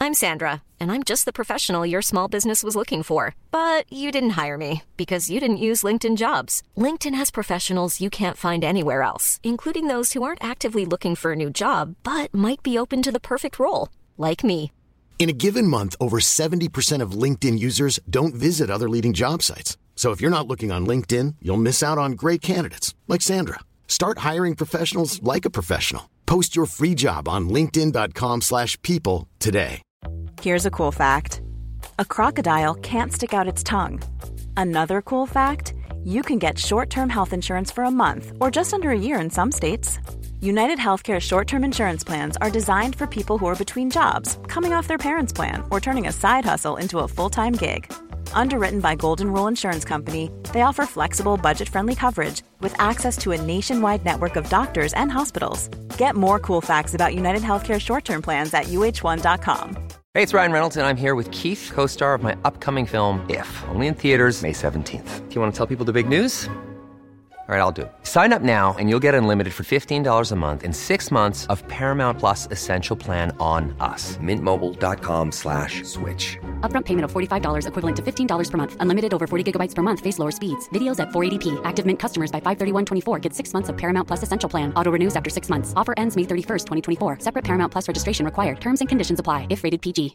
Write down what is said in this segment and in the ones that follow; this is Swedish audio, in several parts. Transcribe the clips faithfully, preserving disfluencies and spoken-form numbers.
I'm Sandra, and I'm just the professional your small business was looking for. But you didn't hire me because you didn't use LinkedIn Jobs. LinkedIn has professionals you can't find anywhere else, including those who aren't actively looking for a new job, but might be open to the perfect role, like me. In a given month, over seventy percent of LinkedIn users don't visit other leading job sites. So if you're not looking on LinkedIn, you'll miss out on great candidates like Sandra. Start hiring professionals like a professional. Post your free job on linkedin dot com slash people today. Here's a cool fact. A crocodile can't stick out its tongue. Another cool fact, you can get short-term health insurance for a month or just under a year in some states. United Healthcare short-term insurance plans are designed for people who are between jobs, coming off their parents' plan, or turning a side hustle into a full-time gig. Underwritten by Golden Rule Insurance Company, they offer flexible, budget-friendly coverage with access to a nationwide network of doctors and hospitals. Get more cool facts about United Healthcare short-term plans at U H one dot com. Hey, it's Ryan Reynolds, and I'm here with Keith, co-star of my upcoming film, If, only in theaters May seventeenth. Do you want to tell people the big news? All right, I'll do it. Sign up now and you'll get unlimited for fifteen dollars a month and six months of Paramount Plus Essential Plan on us. Mint Mobile dot com slash switch. Upfront payment of forty-five dollars equivalent to fifteen dollars per month. Unlimited over forty gigabytes per month. Face lower speeds. Videos at four eighty p. Active Mint customers by five thirty-one twenty-four get six months of Paramount Plus Essential Plan. Auto renews after six months. Offer ends May thirty-first, twenty twenty-four. Separate Paramount Plus registration required. Terms and conditions apply if rated P G.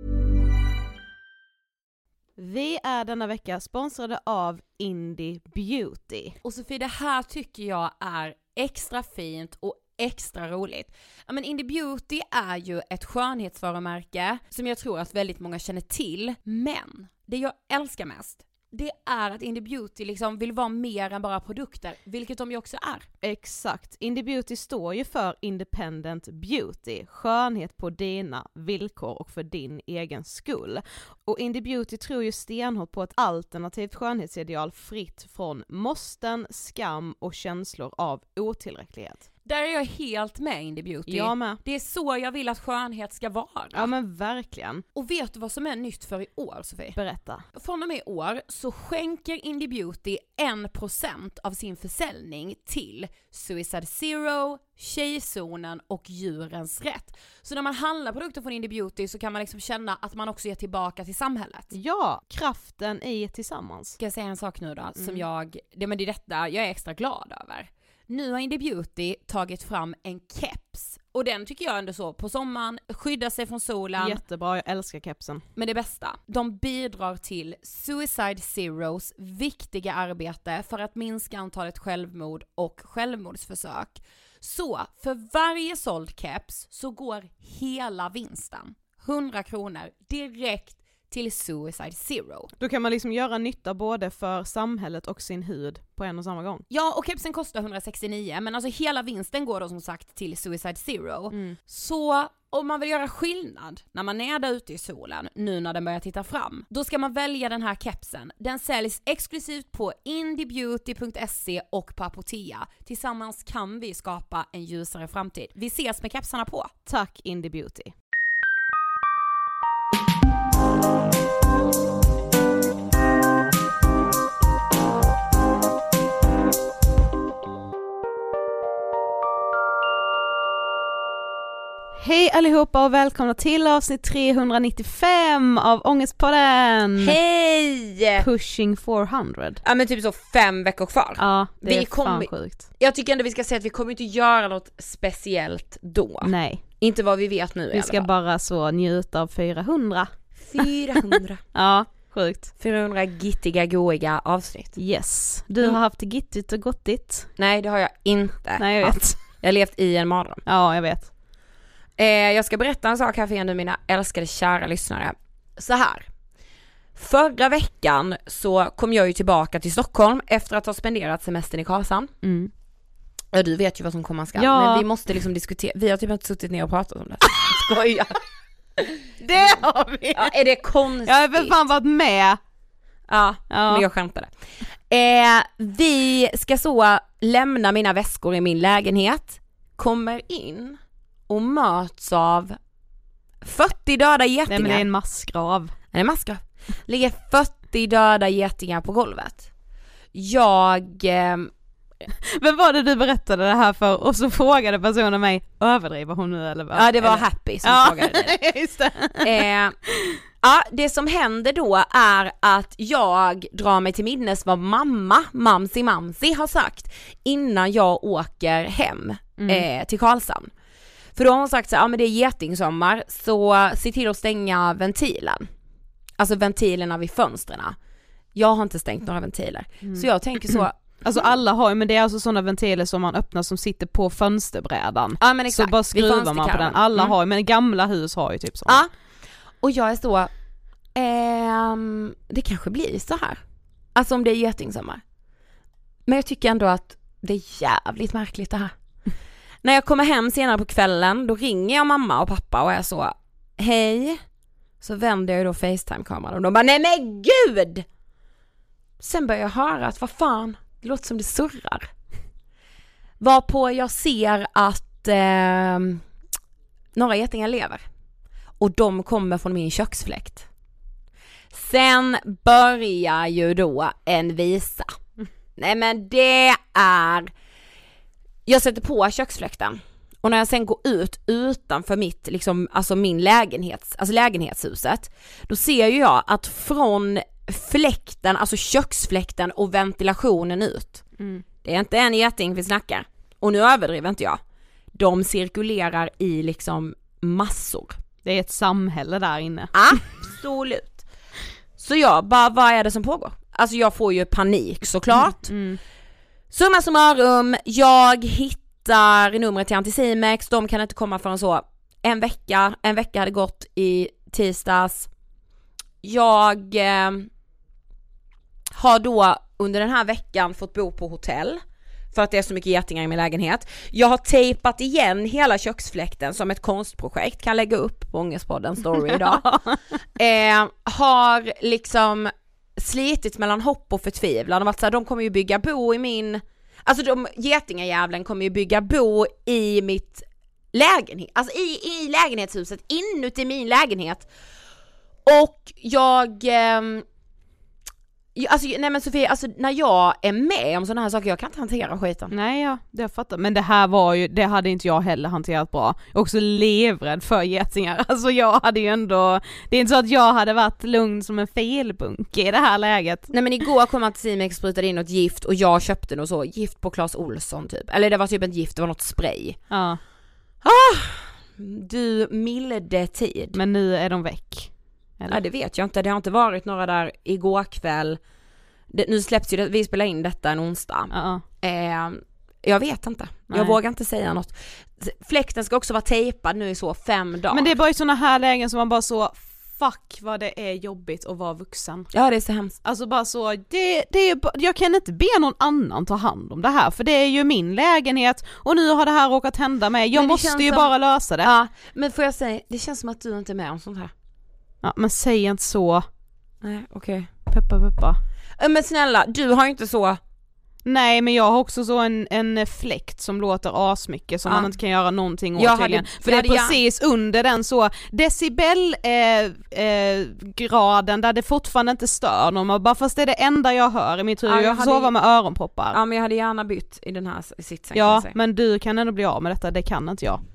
Vi är denna vecka sponsrade av Indie Beauty. Och Sofie, det här tycker jag är extra fint och extra roligt. Ja, men Indie Beauty är ju ett skönhetsvarumärke som jag tror att väldigt många känner till. Men det jag älskar mest, det är att Indie Beauty liksom vill vara mer än bara produkter, vilket de ju också är. Exakt. Indie Beauty står ju för Independent Beauty, skönhet på dina villkor och för din egen skull. Och Indie Beauty tror ju stenhårt på ett alternativt skönhetsideal fritt från måsten, skam och känslor av otillräcklighet. Där är jag helt med Indie Beauty. Jag med. Det är så jag vill att skönhet ska vara. Ja men verkligen. Och vet du vad som är nytt för i år, Sofie? Berätta. Från och med i år så skänker Indie Beauty en procent av sin försäljning till Suicide Zero, Tjejzonen och Djurens Rätt. Så när man handlar produkter från Indie Beauty så kan man liksom känna att man också ger tillbaka till samhället. Ja, kraften i tillsammans. Ska jag säga en sak nu då? Mm. Som jag, det, men det är detta jag är extra glad över. Nu har Indie Beauty tagit fram en keps. Och den tycker jag ändå så på sommaren, skydda sig från solen. Jättebra, jag älskar kepsen. Men det bästa, de bidrar till Suicide Zeros viktiga arbete för att minska antalet självmord och självmordsförsök. Så för varje såld keps så går hela vinsten, hundra kronor, direkt till Suicide Zero. Då kan man liksom göra nytta både för samhället och sin hud på en och samma gång. Ja, och kepsen kostar hundrasextionio, men alltså hela vinsten går då som sagt till Suicide Zero. Mm. Så om man vill göra skillnad när man är där ute i solen, nu när den börjar titta fram, då ska man välja den här kepsen. Den säljs exklusivt på indiebeauty punkt se och på Apotea. Tillsammans kan vi skapa en ljusare framtid. Vi ses med kepsarna på. Tack Indie Beauty. Hej allihopa och välkomna till avsnitt trehundranittiofem av Ångestpodden. Hej! Pushing fyrahundra. Ja men typ så fem veckor kvar. Ja, det vi är kom... fan sjukt. Jag tycker ändå vi ska säga att vi kommer inte göra något speciellt då. Nej. Inte vad vi vet nu. Vi ska bara så njuta av fyrahundra. fyrahundra. Ja, sjukt. fyrahundra gittiga, goiga avsnitt. Yes. Du mm. har haft det gittigt och gottigt. Nej, det har jag inte. Nej, jag vet. Haft. Jag har levt i en mardröm. Ja, jag vet. Eh, jag ska berätta en sak här för er nu, mina älskade kära lyssnare. Så här. Förra veckan så kom jag ju tillbaka till Stockholm efter att ha spenderat semestern i Karlshamn. Mm. Ja, du vet ju vad som komma skall. Ja. Men vi måste liksom diskutera. Vi har typ inte suttit ner och pratat om det. Skoja. Det har vi. Ja, är det konstigt? Jag har väl fan varit med. Ja, ja. Men jag skämtade. Eh, vi ska så lämna mina väskor i min lägenhet. Kommer in och möts av fyrtio döda getingar. Nej, men det är en massgrav. Det är en massgrav. Ligger fyrtio döda getingar på golvet. Jag eh, Men var det du berättade det här för och så frågade personen mig, överdriver hon nu eller vad? Ja, det var eller? Happy som ja. frågade det. Just det. Eh, ja, det som händer då är att jag drar mig till minnes vad mamma, mamsi mamsi har sagt innan jag åker hem mm. eh, till Karlshamn. För då har hon sagt så här, ja men det är getingsommar så se till att stänga ventilen. Alltså ventilerna vid fönstren. Jag har inte stängt några ventiler. Mm. Så jag tänker så. Alltså alla har ju, men det är alltså sådana ventiler som man öppnar som sitter på fönsterbrädan. Ja men exakt. Så bara skruvar man på den. Alla mm. har ju, men gamla hus har ju typ så. Ja. Och jag är så, ehm, det kanske blir så här. Alltså om det är getingsommar. Men jag tycker ändå att det är jävligt märkligt det här. När jag kommer hem senare på kvällen, då ringer jag mamma och pappa och är så, hej. Så vänder jag då FaceTime-kameran och de bara, nej men gud! Sen börjar jag höra att vad fan, det låter som det surrar. Varpå jag ser att eh, några getingar lever. Och de kommer från min köksfläkt. Sen börjar ju då en visa. Nej men det är... Jag sätter på köksfläkten. Och när jag sen går ut utanför mitt, liksom, alltså min lägenhets, alltså lägenhetshuset. Då ser ju jag att från fläkten, alltså köksfläkten och ventilationen ut. Mm. Det är inte en geting vi snackar. Och nu överdriver inte jag. De cirkulerar i liksom massor. Det är ett samhälle där inne. Absolut. Så jag bara, vad är det som pågår? Alltså jag får ju panik såklart. Mm. Mm. Summa summarum, jag hittar numret till Anticimex. De kan inte komma förrän så en vecka. En vecka hade gått i tisdags. Jag eh, har då under den här veckan fått bo på hotell. För att det är så mycket getingar i min lägenhet. Jag har tejpat igen hela köksfläkten som ett konstprojekt. Kan lägga upp på Ångestpodden story idag. eh, har liksom slitit mellan hopp och förtvivlan. De, så här, de kommer ju bygga bo i min... Alltså de getingajävlen kommer ju bygga bo i mitt lägenhet. Alltså i, i lägenhetshuset. Inuti min lägenhet. Och jag... Eh, Alltså, nej men Sofie, alltså när jag är med om sådana här saker, jag kan inte hantera skiten. Nej, ja, det fattar. Men det här var ju, det hade inte jag heller hanterat bra. Jag är också livrädd för getingar. Alltså jag hade ju ändå, det är inte så att jag hade varit lugn som en felbunk i det här läget. Nej men igår kom Anticimex sprutade in något gift och jag köpte något så, gift på Clas Ohlson typ. Eller det var typ ett gift, det var något spray. Ja. Ah, du milde tid. Men nu är de väck. Eller? Ja, det vet jag inte. Det har inte varit några där igår kväll. Det, nu släpps ju det, vi spelar in detta en onsdag. Uh-uh. Eh, jag vet inte. Nej. Jag vågar inte säga något. Fläkten ska också vara tejpad nu i så fem dagar. Men det är bara i såna här lägen som man bara så, fuck vad det är jobbigt att vara vuxen. Ja, det är så hemskt. Alltså bara så, det, det är, jag kan inte be någon annan ta hand om det här. För det är ju min lägenhet och nu har det här råkat hända mig. Jag måste ju som, bara lösa det. Ja, men får jag säga, det känns som att du inte är med om sånt här. Ja, men säg inte så. Nej, okej. Okay. Peppa, peppa. Men snälla, du har ju inte så... Nej, men jag har också så en, en fläkt som låter asmycket som ja. man inte kan göra någonting åt jag tydligen. Hade, För det är precis jag... under den så decibelgraden eh, eh, där det fortfarande inte stör någon. Bara fast det är det enda jag hör i mitt huvud. Ja, jag, jag får sova med öronproppar. Ja, men jag hade gärna bytt i den här sitsen. Ja, men du kan ändå bli av med detta. Det kan inte jag.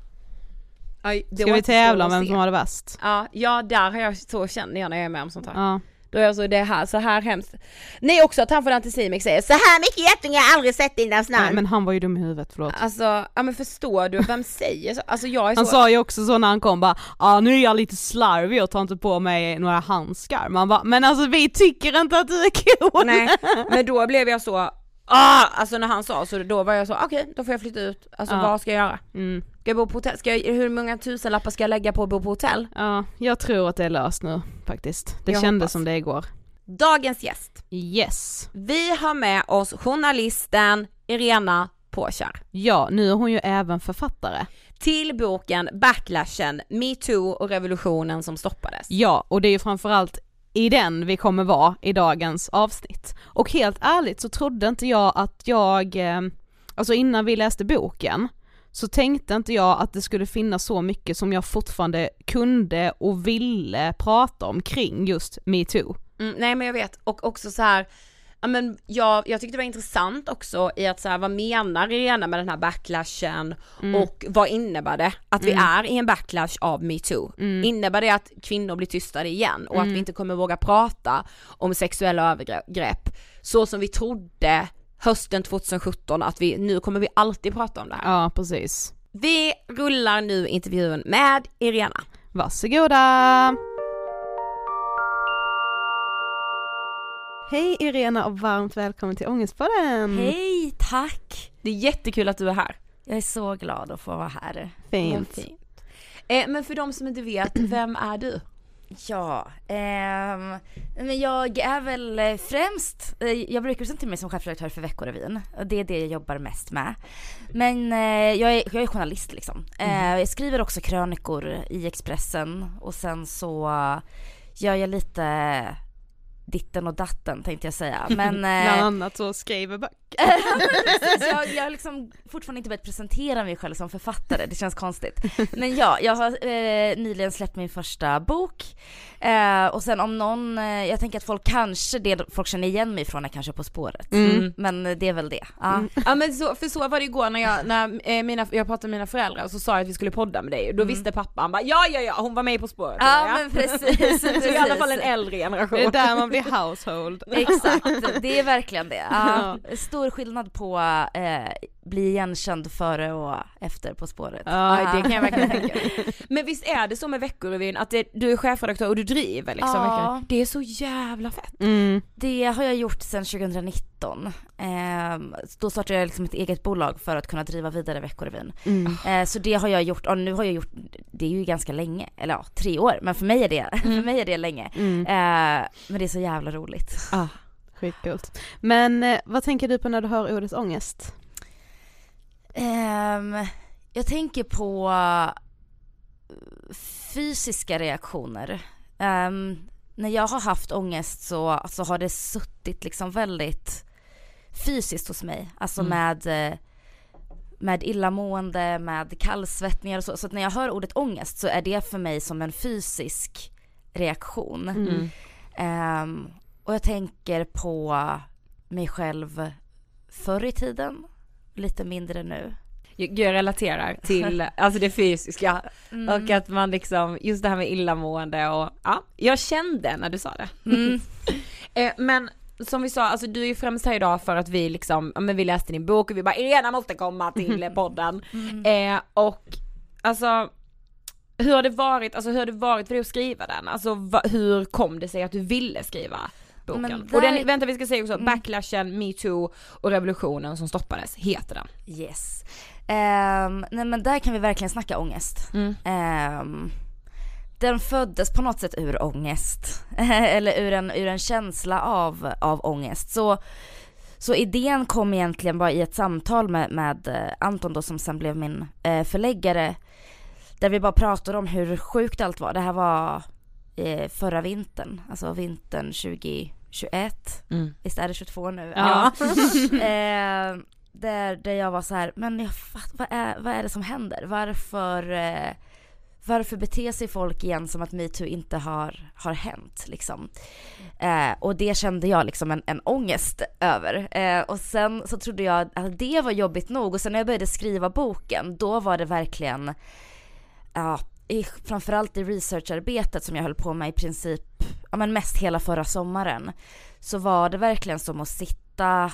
Aj, ska vi tävla om vem som har det värst? Ja, ja, där har jag så känner jag när jag är med om sånt här. Ja. Då är jag så, det här, så här hemskt. Nej, också att han från Anticimex säger så här mycket getingar jag aldrig sett innan snön. Nej, men han var ju dum i huvudet, förlåt. Alltså, ja men förstår du, vem säger så? Alltså jag är så... Han sa ju också så när han kom bara, ja ah, nu är jag lite slarvig och tar inte på mig några handskar. Man bara, men alltså vi tycker inte att du är cool. Nej, men då blev jag så, ah, alltså när han sa så, då var jag så, okej, okay, då får jag flytta ut. Alltså ja. Vad ska jag göra? Mm. Ska jag bo på hotell? Ska jag, hur många tusenlappar ska jag lägga på att bo på hotell? Ja, jag tror att det är löst nu faktiskt. Det jag kändes hoppas. Som det igår. Dagens gäst. Yes. Vi har med oss journalisten Irena Påkär. Ja, nu är hon ju även författare. Till boken Backlashen, MeToo och revolutionen som stoppades. Ja, och det är ju framförallt i den vi kommer vara i dagens avsnitt. Och helt ärligt så trodde inte jag att jag, eh, alltså innan vi läste boken, så tänkte inte jag att det skulle finnas så mycket som jag fortfarande kunde och ville prata om kring just MeToo. Mm, nej men jag vet, och också så här, ja, men jag, jag tyckte det var intressant också i att så här, vad menar Irena med den här backlashen mm. och vad innebär det att vi mm. är i en backlash av MeToo? Mm. Innebär det att kvinnor blir tystade igen och mm. att vi inte kommer våga prata om sexuella övergrepp så som vi trodde hösten tjugohundrasjutton att vi, nu kommer vi alltid prata om det här. Ja, precis. Vi rullar nu intervjun med Irena. Varsågoda! Hej Irena och varmt välkommen till Ångestpodden. Hej, tack. Det är jättekul att du är här. Jag är så glad att få vara här. Fint. Fint. Eh, men för de som inte vet, vem är du? Ja, eh, men jag är väl främst, eh, jag brukar presentera mig som chefredaktör för Veckorevyn. Det är det jag jobbar mest med. Men eh, jag, är, jag är journalist liksom. Eh, jag skriver också krönikor i Expressen och sen så gör jag lite ditten och datten tänkte jag säga. Men, eh, bland annat så skriver böcker. jag, jag har liksom fortfarande inte börjat presentera mig själv som författare. Det känns konstigt. Men ja, jag har eh, nyligen släppt min första bok. Eh, och sen om någon, eh, jag tänker att folk kanske, det folk känner igen mig från är kanske På spåret. Mm. Men det är väl det. Ja, mm. ja men så, för så var det igår när jag, när, eh, mina, jag pratade med mina föräldrar och så sa jag att vi skulle podda med dig. Och då mm. visste pappa, han bara, ja ja ja, hon var med På spåret. Ja, ja. Men precis. precis. Så i alla fall en äldre generation. Det är där man blir household. Exakt, det är verkligen det. Ja, stor skillnad på eh, bli igenkänd före och efter På spåret. Ja, ja, det kan jag verkligen tänka. Men visst är det så med Veckorevyn att det, du är chefredaktör och du driver liksom ja. Det är så jävla fett. Mm. Det har jag gjort sedan tjugonitton. Eh, då startade jag liksom ett eget bolag för att kunna driva vidare Veckorevyn. Mm. Eh, så det har jag gjort, och nu har jag gjort, det är ju ganska länge, eller ja, tre år, men för mig är det, mm. för mig är det länge. Mm. Eh, men det är så jävla roligt. Ah, skitcoolt. Men eh, vad tänker du på när du hör ordet ångest? Um, jag tänker på fysiska reaktioner. Um, när jag har haft ångest så, så har det suttit liksom väldigt fysiskt hos mig. Alltså mm. med, med illamående, med kallsvettningar och så. Så att när jag hör ordet ångest så är det för mig som en fysisk reaktion. Mm. Um, och jag tänker på mig själv förr i tiden. Lite mindre nu. Jag relaterar till alltså det fysiska mm. och att man liksom, just det här med illamående och ja, jag kände när du sa det. Mm. eh, men som vi sa, alltså du är ju främst här idag för att vi liksom, ja men vi läste din bok och vi bara, Irena måste komma till podden. Mm. Eh, och alltså hur har det varit, alltså hur har det varit för dig att skriva den? Alltså va, hur kom det sig att du ville skriva boken? Där... Och den, vänta vi ska säga också, mm. Backlashen, MeToo och revolutionen som stoppades, heter den. Yes. Um, nej men där kan vi verkligen snacka ångest. Mm. Um, den föddes på något sätt ur ångest. Eller ur en, ur en känsla av, av ångest. Så, så idén kom egentligen bara i ett samtal med, med Anton då, som sen blev min eh, förläggare. Där vi bara pratade om hur sjukt allt var. Det här var eh, förra vintern. Alltså vintern tjugohundratjugoett. Mm. Visst är det tjugotvå nu? Ja. eh, där, där jag var så här, men jag fatt, vad, är, vad är det som händer? Varför, eh, varför beter sig folk igen som att MeToo inte har, har hänt? Liksom? Eh, och det kände jag liksom en, en ångest över. Eh, och sen så trodde jag att det var jobbigt nog. Och sen när jag började skriva boken, då var det verkligen... Ja, i, framförallt i researcharbetet som jag höll på med i princip ja, men mest hela förra sommaren, så var det verkligen som att sitta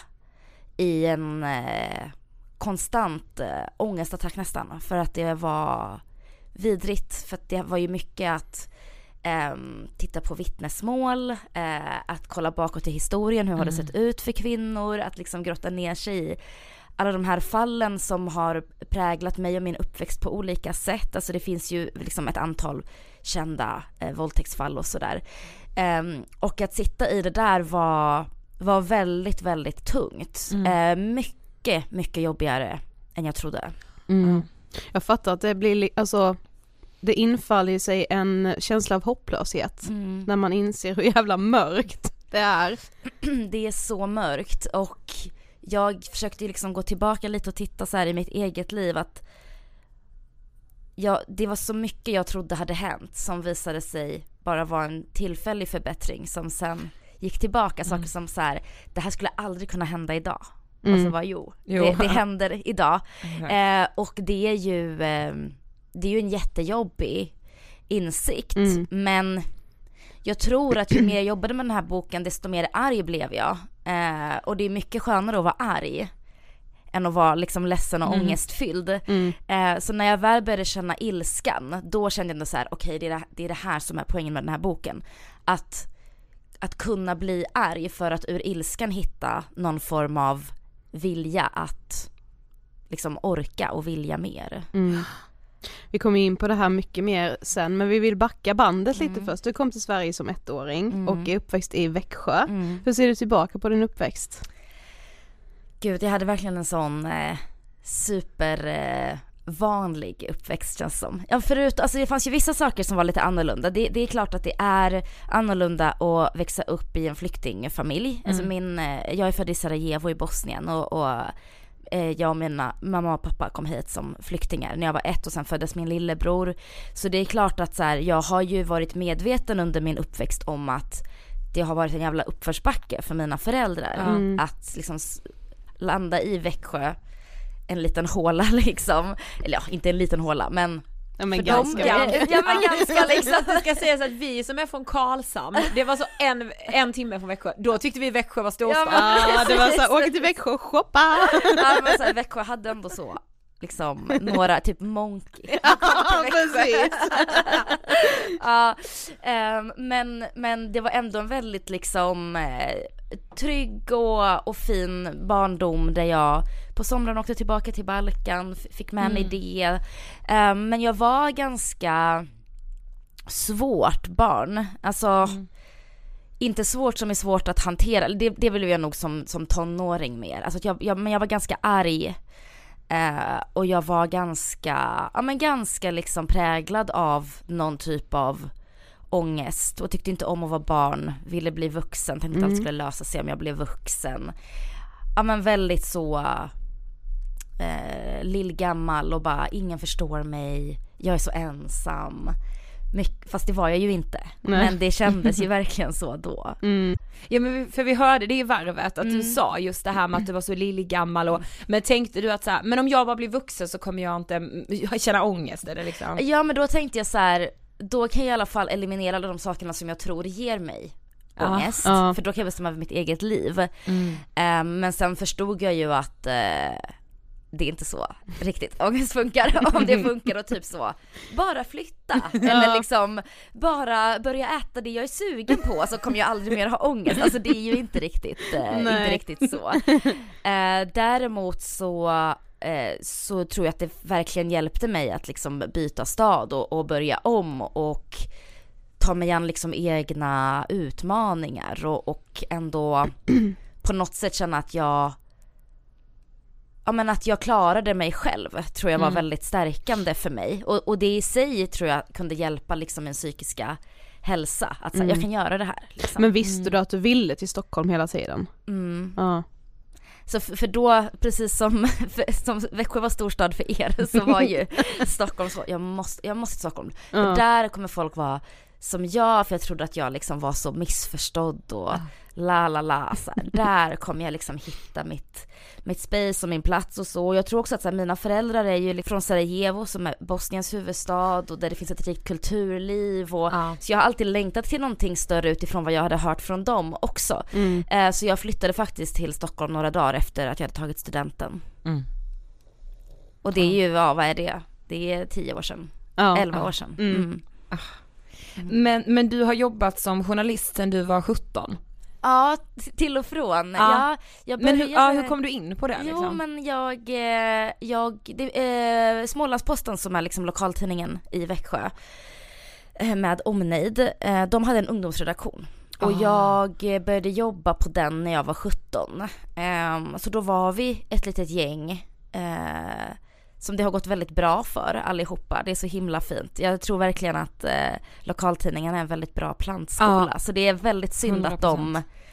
i en eh, konstant eh, ångestattack nästan, för att det var vidrigt, för att det var ju mycket att eh, titta på vittnesmål, eh, att kolla bakåt i historien, hur mm. har det sett ut för kvinnor, att liksom grotta ner sig i alla de här fallen som har präglat mig och min uppväxt på olika sätt. Alltså det finns ju liksom ett antal kända eh, våldtäktsfall och sådär. Um, och att sitta i det där var, var väldigt, väldigt tungt. Mm. Uh, mycket, mycket jobbigare än jag trodde. Mm. Mm. Jag fattar att det blir, alltså det infaller sig en känsla av hopplöshet mm. när man inser hur jävla mörkt det är. Det är så mörkt, och jag försökte liksom gå tillbaka lite och titta så här i mitt eget liv, att jag, det var så mycket jag trodde hade hänt som visade sig bara vara en tillfällig förbättring som sen gick tillbaka, Mm. saker som så här, det här skulle aldrig kunna hända idag. Mm. Och så var jo, Jo. Det, det händer idag. Okay. Eh, och det är ju eh, det är ju en jättejobbig insikt. Mm. Men jag tror att ju mer jag jobbade med den här boken, desto mer arg blev jag. Eh, och det är mycket skönare att vara arg än att vara liksom ledsen och Mm. ångestfylld. Mm. Eh, så när jag väl började känna ilskan, då kände jag ändå så här: okej, okay, det, är det, det är det här som är poängen med den här boken. Att, att kunna bli arg för att ur ilskan hitta någon form av vilja att liksom orka och vilja mer. Mm. Vi kommer in på det här mycket mer sen, men vi vill backa bandet lite Mm. först. Du kom till Sverige som ettåring Mm. och är uppväxt i Växjö. Mm. Hur ser du tillbaka på din uppväxt? Gud, jag hade verkligen en sån eh, super eh, vanlig uppväxt, känns som. Ja, förut, alltså det fanns ju vissa saker som var lite annorlunda. Det, det är klart att det är annorlunda att växa upp i en flyktingfamilj. Mm. Alltså min, eh, jag är född i Sarajevo i Bosnien och, och eh, jag och mina mamma och pappa kom hit som flyktingar när jag var ett och sen föddes min lillebror. Så det är klart att så här, jag har ju varit medveten under min uppväxt om att det har varit en jävla uppförsbacke för mina föräldrar. Mm. Att liksom landa i Växjö, en liten håla liksom, eller ja, inte en liten håla, men Ja, men för ganska. dem, ja, ja, men ganska liksom. Det ska sägas att vi som är från Karlshamn, det var så en, en timme från Växjö, då tyckte vi Växjö var storstad. Ja, men- Ja, det var så här, åka till Växjö och shoppa. Ja, men så här, Växjö hade ändå så liksom några, typ Monkey. Ja, precis. Ja, ehm, men, men det var ändå en väldigt liksom eh, trygg och, och fin barndom där jag på somrarna åkte tillbaka till Balkan, f- fick med mig Mm. det. Ehm, men jag var ganska svårt barn. Alltså Mm. inte svårt som är svårt att hantera. Det, det vill jag nog som, som tonåring mer. Alltså att jag, jag, men jag var ganska arg. Eh, och jag var ganska, ja men ganska liksom präglad av någon typ av ångest och tyckte inte om att vara barn, ville bli vuxen, tänkte Mm. att allt skulle lösa sig om jag blev vuxen. Ja men väldigt så eh, lillgammal och bara ingen förstår mig, jag är så ensam. Mycket, fast det var jag ju inte. Nej. Men det kändes ju verkligen så då. Mm. Ja men vi, för vi hörde det i varvet att Mm. du sa just det här med att du var så lillgammal och, men tänkte du att så här, men om jag bara blir vuxen så kommer jag inte mm, känna ångest eller liksom? Ja men då tänkte jag så här, då kan jag i alla fall eliminera alla de sakerna som jag tror ger mig Ja. ångest. Ja. För då kan jag bestämma över mitt eget liv. Mm. Eh, men sen förstod jag ju att eh, det är inte så riktigt ångest funkar. Om det funkar och typ så, bara flytta. Eller liksom bara börja äta det jag är sugen på, så kommer jag aldrig mer ha ångest. Alltså det är ju inte riktigt, eh, inte riktigt så. Eh, däremot så eh, så tror jag att det verkligen hjälpte mig att liksom byta stad och, och börja om och ta mig an liksom egna utmaningar och, och ändå på något sätt känna att jag ja men att jag klarade mig själv, tror jag var Mm. väldigt stärkande för mig. Och, och det i sig tror jag kunde hjälpa liksom min psykiska hälsa. Att så, Mm. jag kan göra det här. Liksom. Men visste du att du ville till Stockholm hela tiden? Mm. Ja. Så för, för då, precis som, för, som Växjö var storstad för er, så var ju Stockholm så, jag måste, jag måste till Stockholm. Ja. För där kommer folk vara som jag, för jag trodde att jag liksom var så missförstådd och la la la. Så här, där kommer jag liksom hitta mitt, mitt space och min plats och så. Och jag tror också att så här, mina föräldrar är ju från Sarajevo som är Bosniens huvudstad och där det finns ett rikt kulturliv. Och, Ja. så jag har alltid längtat till någonting större utifrån vad jag hade hört från dem också. Mm. Eh, så jag flyttade faktiskt till Stockholm några dagar efter att jag hade tagit studenten. Mm. Och det är ju, ja vad är det? Det är tio år sedan. Ja. Elva år sedan. Mm. Mm. Men, men du har jobbat som journalist sedan du var sjutton. Ja, t- till och från. Ja. Ja, jag Men hur, började... ja, hur kom du in på det liksom? Jo men jag, eh, jag det, eh, Smålandsposten som är liksom lokaltidningen i Växjö eh, med omnejd, eh, de hade en ungdomsredaktion. Och Ah. jag eh, började jobba på den när jag var sjutton. Eh, så då var vi ett litet gäng eh, som det har gått väldigt bra för allihopa. Det är så himla fint. Jag tror verkligen att eh, lokaltidningen är en väldigt bra plantskola. Ja. Så det är väldigt synd hundra att de procent.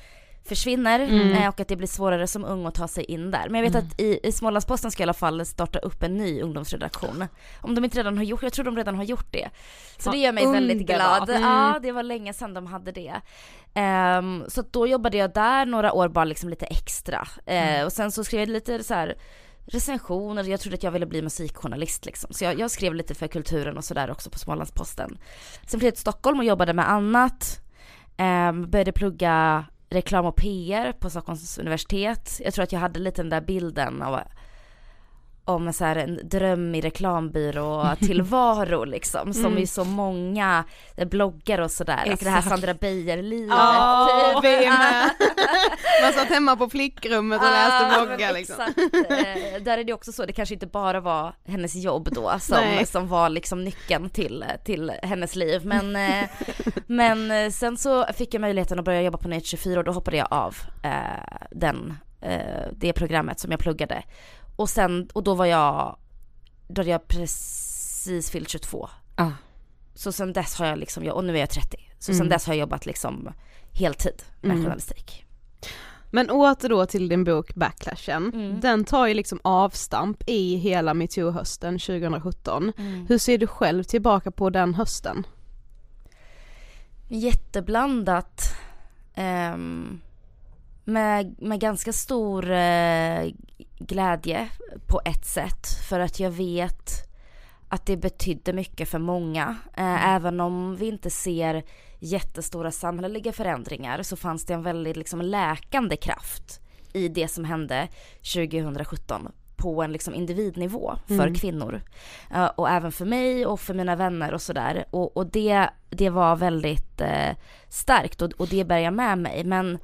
försvinner Mm. eh, och att det blir svårare som ung att ta sig in där. Men jag vet Mm. att i, i Smålandsposten ska i alla fall starta upp en ny ungdomsredaktion. Om de inte redan har gjort, jag tror de redan har gjort det. Så Ja, det gör mig väldigt underbart. glad. Mm. Ja, det var länge sedan de hade det. Um, så att då jobbade jag där några år bara liksom lite extra. Uh, Mm. och sen så skrev jag lite så här recensioner. Jag trodde att jag ville bli musikjournalist liksom. Så jag, jag skrev lite för kulturen och sådär också på Smålandsposten. Sen flyttade jag till Stockholm och jobbade med annat. Um, började plugga reklam och P R på Stockholms universitet. Jag tror att jag hade lite den där bilden av om så här en dröm i reklambyrå tillvaro liksom, som Mm. är så många bloggar och sådär. Alltså det här Sandra Beijer-livet. Ja, typ. vi är med. Man satt hemma på flickrummet och läste Ja, bloggar men liksom. exakt. Eh, där är det också så, det kanske inte bara var hennes jobb då som, Nej. som var liksom nyckeln till, till hennes liv. Men, eh, men eh, sen så fick jag möjligheten att börja jobba på Nyhet tjugofyra och då hoppade jag av eh, den, eh, det programmet som jag pluggade. Och sen, och då var jag, då hade jag precis fyllt tjugotvå. Ah. Så sen dess har jag liksom, och nu är jag trettio. Så Mm. sen dess har jag jobbat liksom heltid med Mm. journalistik. Men åter då till din bok Backlashen. Mm. Den tar ju liksom avstamp i hela MeToo-hösten tjugohundrasjutton. Mm. Hur ser du själv tillbaka på den hösten? Jätteblandat. Um, med, med ganska stor uh, glädje på ett sätt. För att jag vet att det betydde mycket för många. Uh, även om vi inte ser jättestora samhälleliga förändringar så fanns det en väldigt liksom läkande kraft i det som hände tjugohundrasjutton på en liksom individnivå för Mm. kvinnor. Uh, och även för mig och för mina vänner och sådär. Och, och det, det var väldigt uh, starkt och, och det bär jag med mig. Men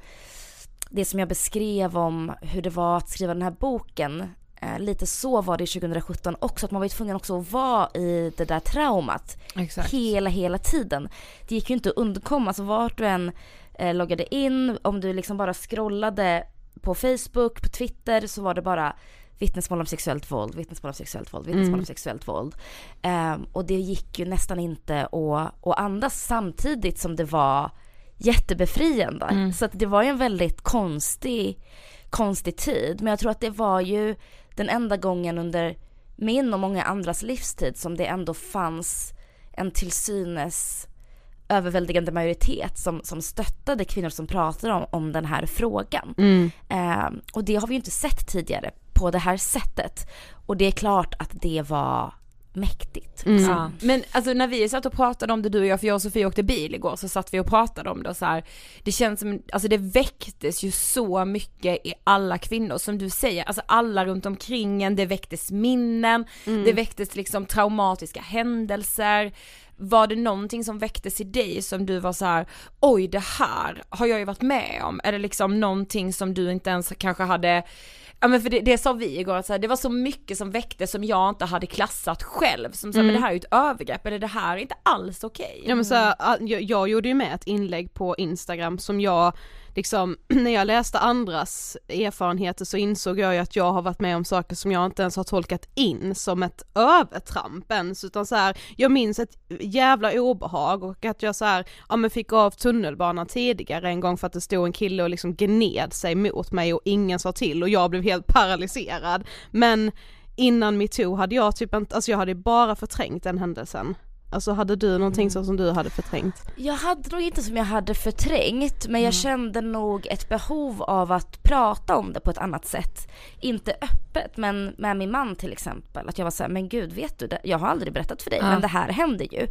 det som jag beskrev om hur det var att skriva den här boken, uh, lite så var det tjugohundrasjutton också. Att man var ju tvungen också att vara i det där traumat. Exakt. Hela, hela tiden. Det gick ju inte att undkomma. Så vart du än uh, loggade in, om du liksom bara scrollade på Facebook, på Twitter, så var det bara vittnesmål om sexuellt våld, vittnesmål om sexuellt våld, vittnesmål Mm. om sexuellt våld. Um, och det gick ju nästan inte att, att andas samtidigt som det var jättebefriande. Mm. Så att det var ju en väldigt konstig, konstig tid. Men jag tror att det var ju den enda gången under min och många andras livstid som det ändå fanns en till synes överväldigande majoritet som, som stöttade kvinnor som pratade om, om den här frågan. Mm. Um, och det har vi ju inte sett tidigare på det här sättet. Och det är klart att det var mäktigt. Mm. Ja. Men alltså när vi satt och pratade om det, du och jag, för jag och Sofie åkte bil igår, så satt vi och pratade om det och så här, det känns som, alltså det väcktes ju så mycket i alla kvinnor, som du säger, alltså alla runt omkring en, det väcktes minnen, Mm. det väcktes liksom traumatiska händelser. Var det någonting som väcktes i dig som du var så här: oj, det här har jag ju varit med om? Är det liksom någonting som du inte ens kanske hade... Ja, men för det, det sa vi igår, att så här, det var så mycket som väcktes som jag inte hade klassat själv, som så här, Mm. men det här är ju ett övergrepp, eller det här är inte alls okej. Ja, men så här, jag, jag gjorde ju med ett inlägg på Instagram som jag liksom, när jag läste andras erfarenheter så insåg jag ju att jag har varit med om saker som jag inte ens har tolkat in som ett övertramp ens, utan så här, jag minns ett jävla obehag och att jag så här, ja men fick av tunnelbanan tidigare en gång för att det stod en kille och liksom gned sig mot mig och ingen sa till och jag blev helt paralyserad. Men innan MeToo hade jag typ inte, alltså jag hade bara förträngt den händelsen. Alltså hade du någonting Mm. så som du hade förträngt? Jag hade nog inte som jag hade förträngt, men jag Mm. kände nog ett behov av att prata om det på ett annat sätt. Inte öppet, men med min man till exempel. Att jag var så här, men gud, vet du det? Jag har aldrig berättat för dig, Ja. men det här hände ju.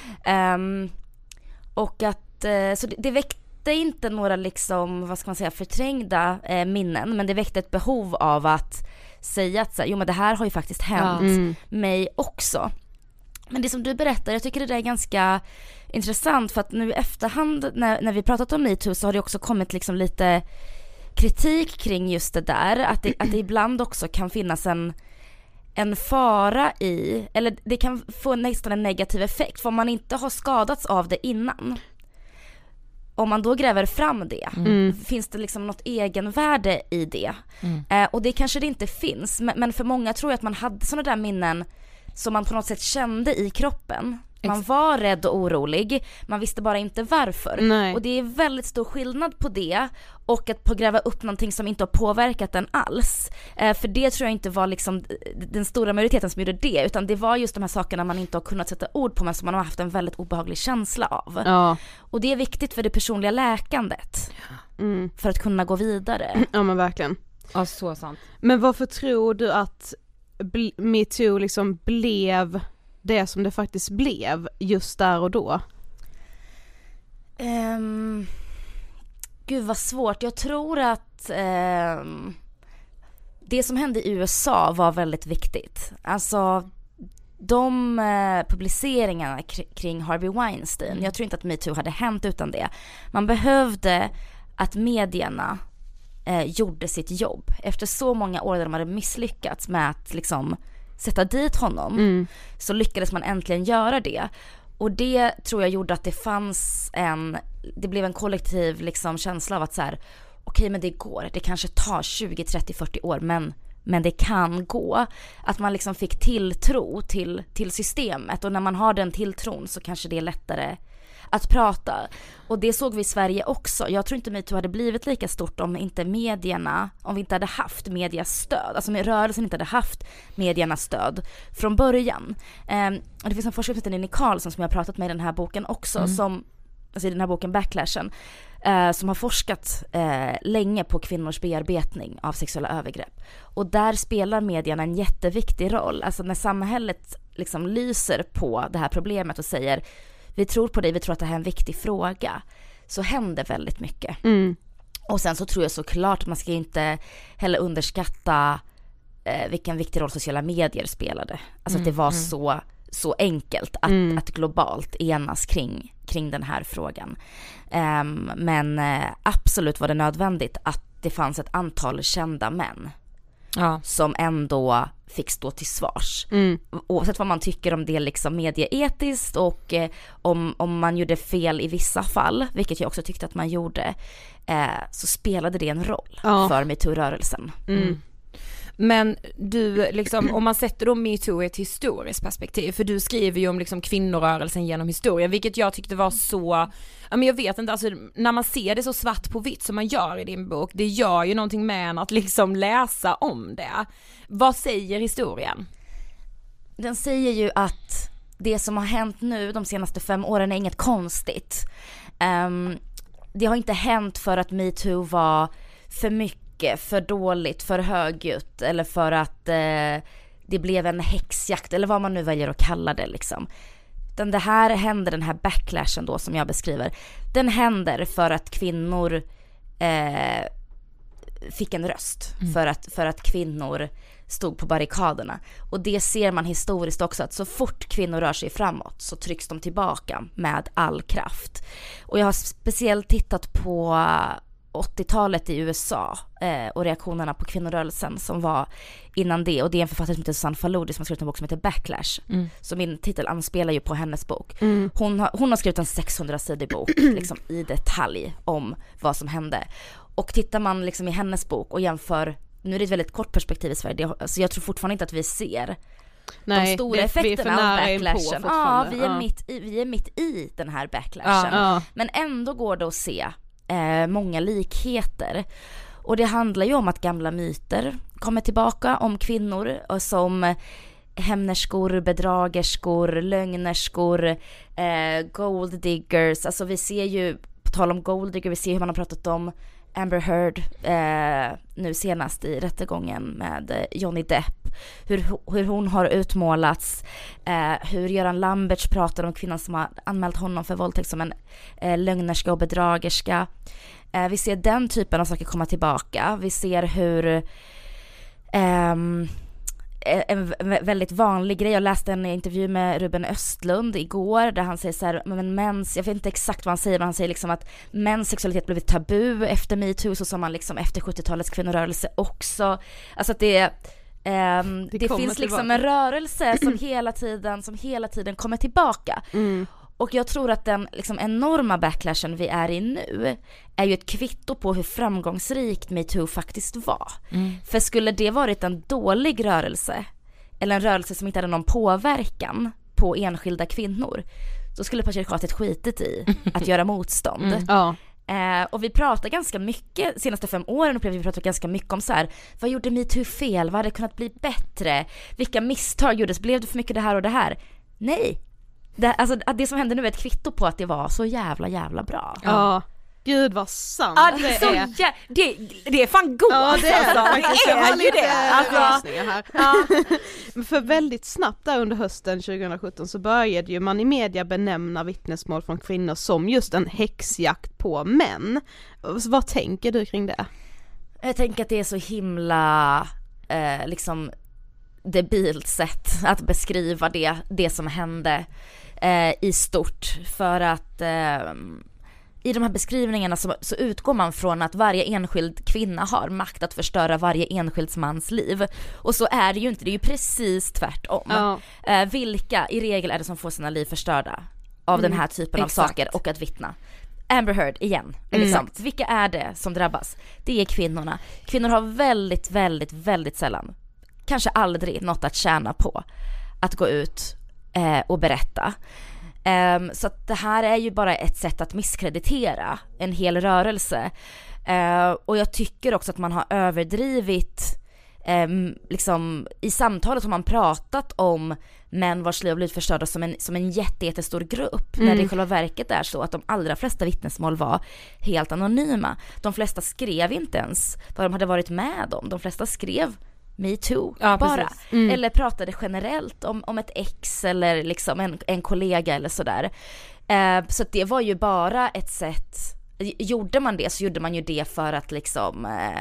Um, och att, uh, så det, det väckte inte några liksom, vad ska man säga, förträngda uh, minnen, men det väckte ett behov av att säga att så här, jo men det här har ju faktiskt hänt Mm. mig också. Men det som du berättar, jag tycker det där är ganska intressant, för att nu i efterhand när, när vi pratat om MeToo så har det också kommit liksom lite kritik kring just det där, att det, att det ibland också kan finnas en, en fara i, eller det kan få nästan en negativ effekt, för om man inte har skadats av det innan, om man då gräver fram det, Mm. finns det liksom något egenvärde i det? Mm. Eh, och det kanske det inte finns, men, men för många tror jag att man hade sådana där minnen som man på något sätt kände i kroppen, Man var rädd och orolig, man visste bara inte varför. Nej. Och det är väldigt stor skillnad på det och att på gräva upp någonting som inte har påverkat en alls. Eh, för det tror jag inte var liksom den stora majoriteten som gjorde det, utan det var just de här sakerna man inte har kunnat sätta ord på men som man har haft en väldigt obehaglig känsla av. Ja. Och det är viktigt för det personliga läkandet. Mm. För att kunna gå vidare. Ja men verkligen. Ja, så sant. Men varför tror du att bl- MeToo liksom blev det som det faktiskt blev just där och då? Um, gud vad svårt. Jag tror att um, det som hände i U S A var väldigt viktigt. Alltså de uh, publiceringarna kr- kring Harvey Weinstein. Mm. Jag tror inte att MeToo hade hänt utan det. Man behövde att medierna uh, gjorde sitt jobb. Efter så många år där de hade misslyckats med att liksom sätta dit honom, mm. så lyckades man äntligen göra det. Och det tror jag gjorde att det fanns en, det blev en kollektiv liksom känsla av att så här, okej, men det går, det kanske tar tjugo, trettio, fyrtio år, men, men det kan gå. Att man liksom fick tilltro till, till systemet, och när man har den tilltron så kanske det är lättare att prata. Och det såg vi i Sverige också. Jag tror inte MeToo hade blivit lika stort om inte medierna, om vi inte hade haft medias stöd. Alltså om rörelsen inte hade haft mediernas stöd från början. Um, och det finns en forskare som heter Ninni Karlsson som jag har pratat med i den här boken också, mm. som, alltså i den här boken Backlashen, uh, som har forskat uh, länge på kvinnors bearbetning av sexuella övergrepp. Och där spelar medierna en jätteviktig roll. Alltså när samhället liksom lyser på det här problemet och säger vi tror på dig, vi tror att det här är en viktig fråga, så händer väldigt mycket. Mm. Och sen så tror jag såklart att man ska inte heller underskatta eh, vilken viktig roll sociala medier spelade. Alltså mm. att det var mm. så, så enkelt att, mm. att globalt enas kring, kring den här frågan. Um, men eh, absolut var det nödvändigt att det fanns ett antal kända män. Ja. Som ändå fick stå till svars. Mm. Oavsett vad man tycker om det liksom medieetiskt och eh, om, om man gjorde fel i vissa fall, vilket jag också tyckte att man gjorde, eh, så spelade det en roll ja. för MeToo-rörelsen. Mm. Mm. Men du, liksom, om man sätter då MeToo i ett historiskt perspektiv, för du skriver ju om liksom kvinnorörelsen genom historien, vilket jag tyckte var så, ja, men jag vet inte, alltså, när man ser det så svart på vitt som man gör i din bok, det gör ju någonting med en att liksom läsa om det. Vad säger historien? Den säger ju att det som har hänt nu de senaste fem åren är inget konstigt. Um, det har inte hänt för att MeToo var för mycket, för dåligt, för högljutt, eller för att eh, det blev en häxjakt, eller vad man nu väljer att kalla det liksom. Den det här händer, den här backlashen då som jag beskriver, den händer för att kvinnor eh, fick en röst, mm. för, att, för att kvinnor stod på barrikaderna. Och det ser man historiskt också, att så fort kvinnor rör sig framåt så trycks de tillbaka med all kraft. Och jag har speciellt tittat på åttiotalet i U S A eh, och reaktionerna på kvinnorörelsen som var innan det, och det är en författare som heter Susanne Faludi som har skrivit en bok som heter Backlash, mm. så min titel anspelar ju på hennes bok. Mm. Hon, har, hon har skrivit en sexhundra-sidig bok liksom, i detalj om vad som hände, och tittar man liksom i hennes bok och jämför, nu är det ett väldigt kort perspektiv i Sverige, det, alltså jag tror fortfarande inte att vi ser Nej, de stora effekterna av backlashen. Ja, vi är, ja. mitt i, vi är mitt i den här backlashen, ja, ja. Men ändå går det att se Eh, många likheter, och det handlar ju om att gamla myter kommer tillbaka om kvinnor, och som hämnerskor, bedragerskor, lögnerskor, eh, gold diggers. Alltså vi ser ju, på tal om gold digger, vi ser hur man har pratat om Amber Heard eh, nu senast i rättegången med Johnny Depp, hur, hur hon har utmålats, eh, hur Göran Lamberts pratar om kvinnan som har anmält honom för våldtäkt som en eh, lögnerska och bedragerska. Eh, vi ser den typen av saker komma tillbaka. Vi ser hur eh, en väldigt vanlig grej, jag läste en intervju med Ruben Östlund igår där han säger så här, men mäns, jag vet inte exakt vad han säger, men han säger liksom att mäns sexualitet blivit tabu efter MeToo, så som man liksom efter sjuttiotalets kvinnorörelse också. Alltså att det Um, det, det finns liksom en rörelse som hela tiden som hela tiden kommer tillbaka. Mm. Och jag tror att den liksom enorma backlashen vi är i nu är ju ett kvitto på hur framgångsrikt MeToo faktiskt var. Mm. För skulle det varit en dålig rörelse, eller en rörelse som inte hade någon påverkan på på enskilda kvinnor, då skulle patriarkatet skitit i att göra motstånd. Mm. Ja. Eh, och vi pratar ganska mycket, senaste fem åren upplevde vi pratar ganska mycket om så här: vad gjorde MeToo fel? Vad hade kunnat bli bättre? Vilka misstag gjordes? Blev det för mycket det här och det här? Nej. Det, alltså, att det som hände nu är ett kvitto på att det var så jävla jävla bra. Ja. Ja. Gud vad sant ja, det, är så är. Jä- det, det är fan god. Ja, det är, alltså. det, är ju det. Alltså. Här. Ja. Men för väldigt snabbt där under hösten tjugohundrasjutton så började ju man i media benämna vittnesmål från kvinnor som just en häxjakt på män. Så vad tänker du kring det? Jag tänker att det är så himla eh, liksom debilt sätt att beskriva det, det som hände eh, i stort, för att eh, i de här beskrivningarna så, så utgår man från att varje enskild kvinna har makt att förstöra varje enskild mans liv. Och så är det ju inte, det är ju precis tvärtom. Ja. Eh, vilka i regel är det som får sina liv förstörda av mm, den här typen exakt. Av saker och att vittna? Amber Heard igen. Mm. Liksom. Vilka är det som drabbas? Det är kvinnorna. Kvinnor har väldigt, väldigt, väldigt sällan, kanske aldrig, något att tjäna på att gå ut eh, och berätta. Um, så att det här är ju bara ett sätt att misskreditera en hel rörelse. Uh, och jag tycker också att man har överdrivit um, liksom, i samtalet har man pratat om män vars liv har blivit förstörda som en, som en jätte, jättestor grupp. Mm. När det i själva verket är så att de allra flesta vittnesmål var helt anonyma. De flesta skrev inte ens vad de hade varit med om. De flesta skrev MeToo, ja, bara. Mm. Eller pratade generellt om, om ett ex eller liksom en, en kollega eller sådär. Eh, så det var ju bara ett sätt, gjorde man det så gjorde man ju det för att liksom eh,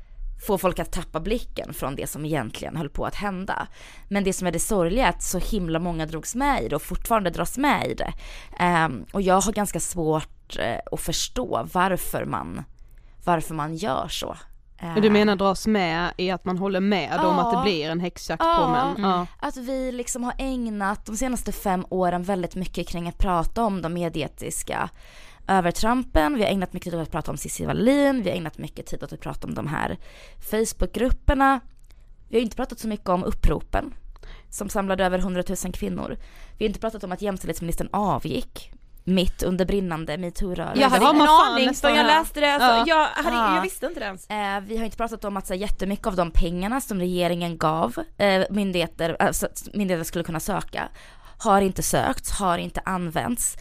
få folk att tappa blicken från det som egentligen höll på att hända. Men det som är det sorgliga är att så himla många drogs med i det och fortfarande dras med i det. Eh, och jag har ganska svårt eh, att förstå varför man, varför man gör så. Du menar dras med i att man håller med ja, om att det blir en häxjakt ja, på män? Ja. Att vi liksom har ägnat de senaste fem åren väldigt mycket kring att prata om de medietiska övertrampen. Vi har ägnat mycket tid åt att prata om Cissi Wallin. Vi har ägnat mycket tid åt att prata om de här Facebookgrupperna. Vi har inte pratat så mycket om uppropen som samlade över hundratusen kvinnor. Vi har inte pratat om att jämställdhetsministern avgick mitt under brinnande MeToo-rörelse. Jag hade ingen aning för jag läste det. Alltså, ja. jag, hade, ja. jag visste inte det ens. Eh, vi har inte pratat om att så, jättemycket av de pengarna som regeringen gav eh, myndigheter, äh, så, myndigheter skulle kunna söka har inte sökts, har inte använts.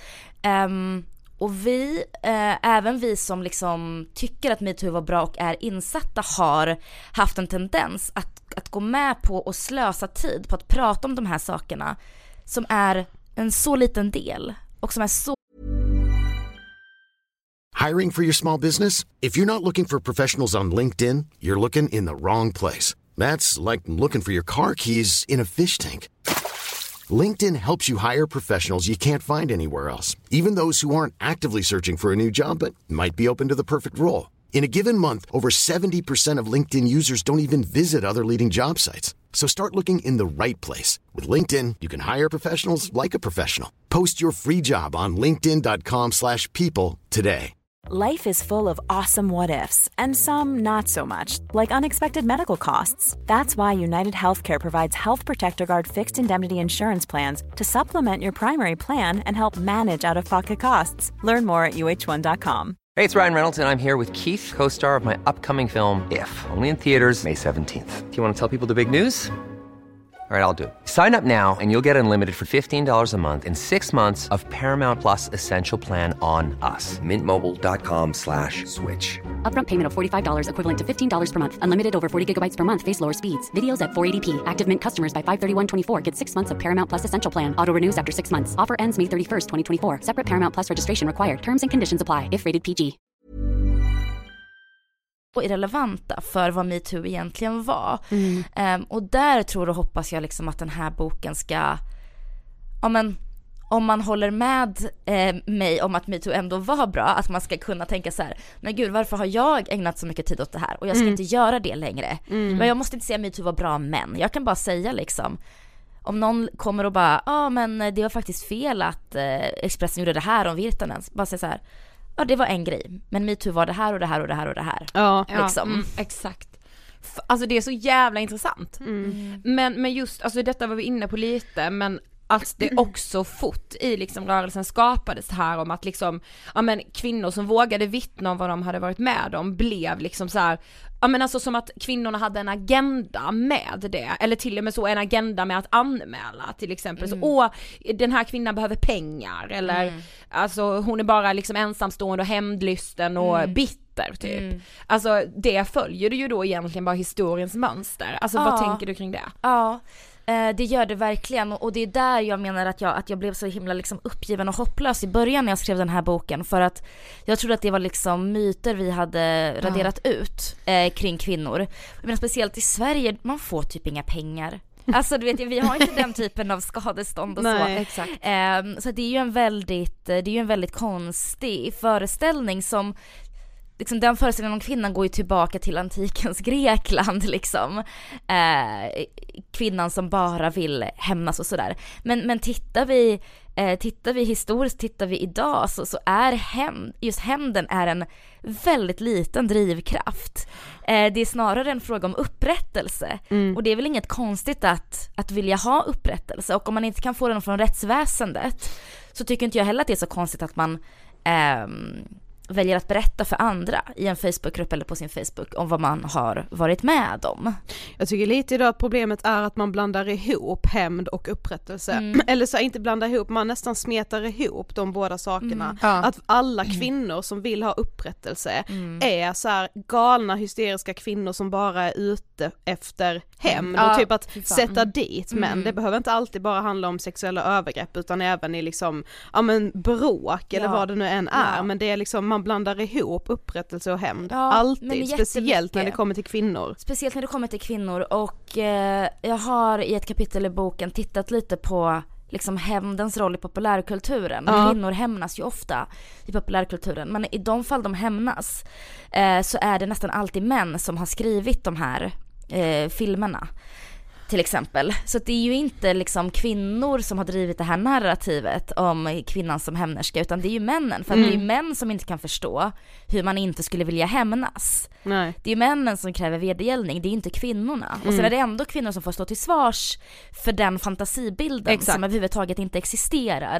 Um, och vi, eh, även vi som liksom tycker att MeToo var bra och är insatta har haft en tendens att, att gå med på och slösa tid på att prata om de här sakerna som är en så liten del och som är så. Hiring for your small business? If you're not looking for professionals on LinkedIn, you're looking in the wrong place. That's like looking for your car keys in a fish tank. LinkedIn helps you hire professionals you can't find anywhere else, even those who aren't actively searching for a new job but might be open to the perfect role. In a given month, over seventy percent of LinkedIn users don't even visit other leading job sites. So start looking in the right place. With LinkedIn, you can hire professionals like a professional. Post your free job on linkedin dot com slash people today. Life is full of awesome what-ifs, and some not so much, like unexpected medical costs. That's why United Healthcare provides Health Protector Guard fixed indemnity insurance plans to supplement your primary plan and help manage out-of-pocket costs. Learn more at U H one dot com. Hey, it's Ryan Reynolds, and I'm here with Keith, co-star of my upcoming film, If, only in theaters May seventeenth. Do you want to tell people the big news? All right, I'll do it. Sign up now and you'll get unlimited for fifteen dollars a month and six months of Paramount Plus Essential Plan on us. Mint Mobile dot com slash switch. Upfront payment of forty-five dollars equivalent to fifteen dollars per month. Unlimited over forty gigabytes per month. Face lower speeds. Videos at four eighty p. Active Mint customers by five thirty-one twenty-four get six months of Paramount Plus Essential Plan. Auto renews after six months. Offer ends May thirty-first, twenty twenty-four. Separate Paramount Plus registration required. Terms and conditions apply if rated P G. Och irrelevanta för vad MeToo egentligen var. Mm. Um, och där tror och hoppas jag liksom att den här boken ska, ja, men, om man håller med eh, mig om att MeToo ändå var bra, att man ska kunna tänka så här: men gud, varför har jag ägnat så mycket tid åt det här och jag ska mm. inte göra det längre. Mm. Men jag måste inte säga att MeToo var bra, men jag kan bara säga liksom, om någon kommer och bara, ja ah, men det var faktiskt fel att eh, Expressen gjorde det här om Virtanen, bara säga så här: ja, det var en grej, men MeToo var det här och det här och det här och det här. Ja, liksom. Ja, mm, exakt. Alltså det är så jävla intressant. Mm. Men, men just, alltså detta var vi inne på lite, men att det också fort i liksom rörelsen skapades här om att liksom, ja men kvinnor som vågade vittna om vad de hade varit med om blev liksom så här, ja men alltså som att kvinnorna hade en agenda med det, eller till och med så en agenda med att anmäla till exempel, mm. så åh, den här kvinnan behöver pengar, eller mm. alltså hon är bara liksom ensamstående och hämndlysten och mm. bitter typ. Mm. Alltså det följer ju då egentligen bara historiens mönster. Alltså ja. Vad tänker du kring det? Ja. Det gör det verkligen, och det är där jag menar att jag, att jag blev så himla liksom uppgiven och hopplös i början när jag skrev den här boken, för att jag trodde att det var liksom myter vi hade raderat ja. ut eh, kring kvinnor. Men speciellt i Sverige, man får typ inga pengar. Alltså du vet, vi har inte den typen av skadestånd och Nej, så. Exakt. Eh, så det är ju en väldigt, det är ju en väldigt konstig föreställning som liksom, den föreställningen om kvinnan går ju tillbaka till antikens Grekland liksom. Eh, kvinnan som bara vill hämnas och sådär. Men, men tittar vi eh, tittar vi historiskt, tittar vi idag så, så är hämnd, just hämnden är en väldigt liten drivkraft. Eh, det är snarare en fråga om upprättelse. Mm. Och det är väl inget konstigt att, att vilja ha upprättelse. Och om man inte kan få den från rättsväsendet så tycker inte jag heller att det är så konstigt att man eh, väljer att berätta för andra i en Facebookgrupp eller på sin Facebook om vad man har varit med om. Jag tycker lite idag att problemet är att man blandar ihop hämnd och upprättelse. Mm. Eller så inte blandar ihop, man nästan smetar ihop de båda sakerna. Mm. Ja. Att alla kvinnor som vill ha upprättelse mm. är så här galna, hysteriska kvinnor som bara är ute efter hämnd. Mm. Och typ att sätta dit män. Mm. Det behöver inte alltid bara handla om sexuella övergrepp utan även i liksom, ja men bråk eller ja. vad det nu än är. Ja. Men det är liksom, man blandar ihop upprättelse och hämnd. Ja, alltid, speciellt när det kommer till kvinnor. Speciellt när det kommer till kvinnor, och eh, jag har i ett kapitel i boken tittat lite på liksom hämndens roll i populärkulturen. Ja. Kvinnor hämnas ju ofta i populärkulturen, men i de fall de hämnas eh, så är det nästan alltid män som har skrivit de här eh, filmerna. Till exempel. Så det är ju inte liksom kvinnor som har drivit det här narrativet om kvinnan som hämnerska, utan det är ju männen. För att mm. det är ju män som inte kan förstå hur man inte skulle vilja hämnas. Nej. Det är ju männen som kräver vedergällning, det är inte kvinnorna. Mm. Och sen är det ändå kvinnor som får stå till svars för den fantasibilden. Exakt. Som överhuvudtaget inte existerar.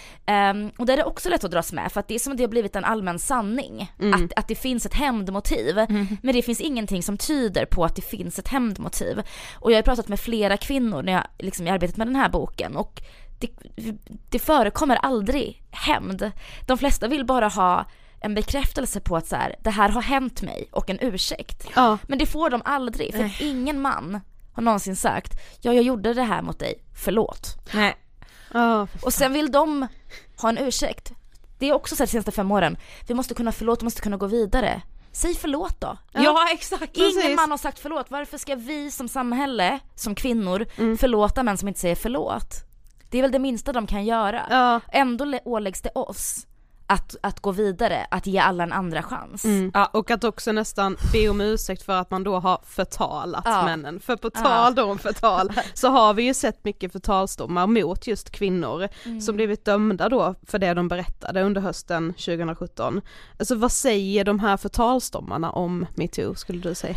Um, och där är det också lätt att dras med, för att det är som att det har blivit en allmän sanning. Mm. Att, att det finns ett hämndmotiv. Mm. Men det finns ingenting som tyder på att det finns ett hämndmotiv. Och jag har pratat med flera kvinnor när jag liksom har arbetat med den här boken, och det, det förekommer aldrig hämnd. De flesta vill bara ha en bekräftelse på att så här, det här har hänt mig, och en ursäkt. Ja. Men det får de aldrig, för äh. ingen man har någonsin sagt, ja jag gjorde det här mot dig, förlåt. Nej. Oh, och sen vill de ha en ursäkt. Det är också så här de senaste fem åren, vi måste kunna förlåta, vi måste kunna gå vidare. Säg förlåt då. Ja, ja exakt. Ingen precis. man har sagt förlåt. Varför ska vi som samhälle, som kvinnor, mm. förlåta män som inte säger förlåt? Det är väl det minsta de kan göra. Ja. Ändå åläggs det oss att, att gå vidare, att ge alla en andra chans. Mm. Ja, och att också nästan be om ursäkt för att man då har förtalat ja. männen. För på tal ja. då om förtal så har vi ju sett mycket förtalsdomar mot just kvinnor mm. som blivit dömda då för det de berättade under hösten tjugohundrasjutton. Alltså vad säger de här förtalsdomarna om MeToo, skulle du säga?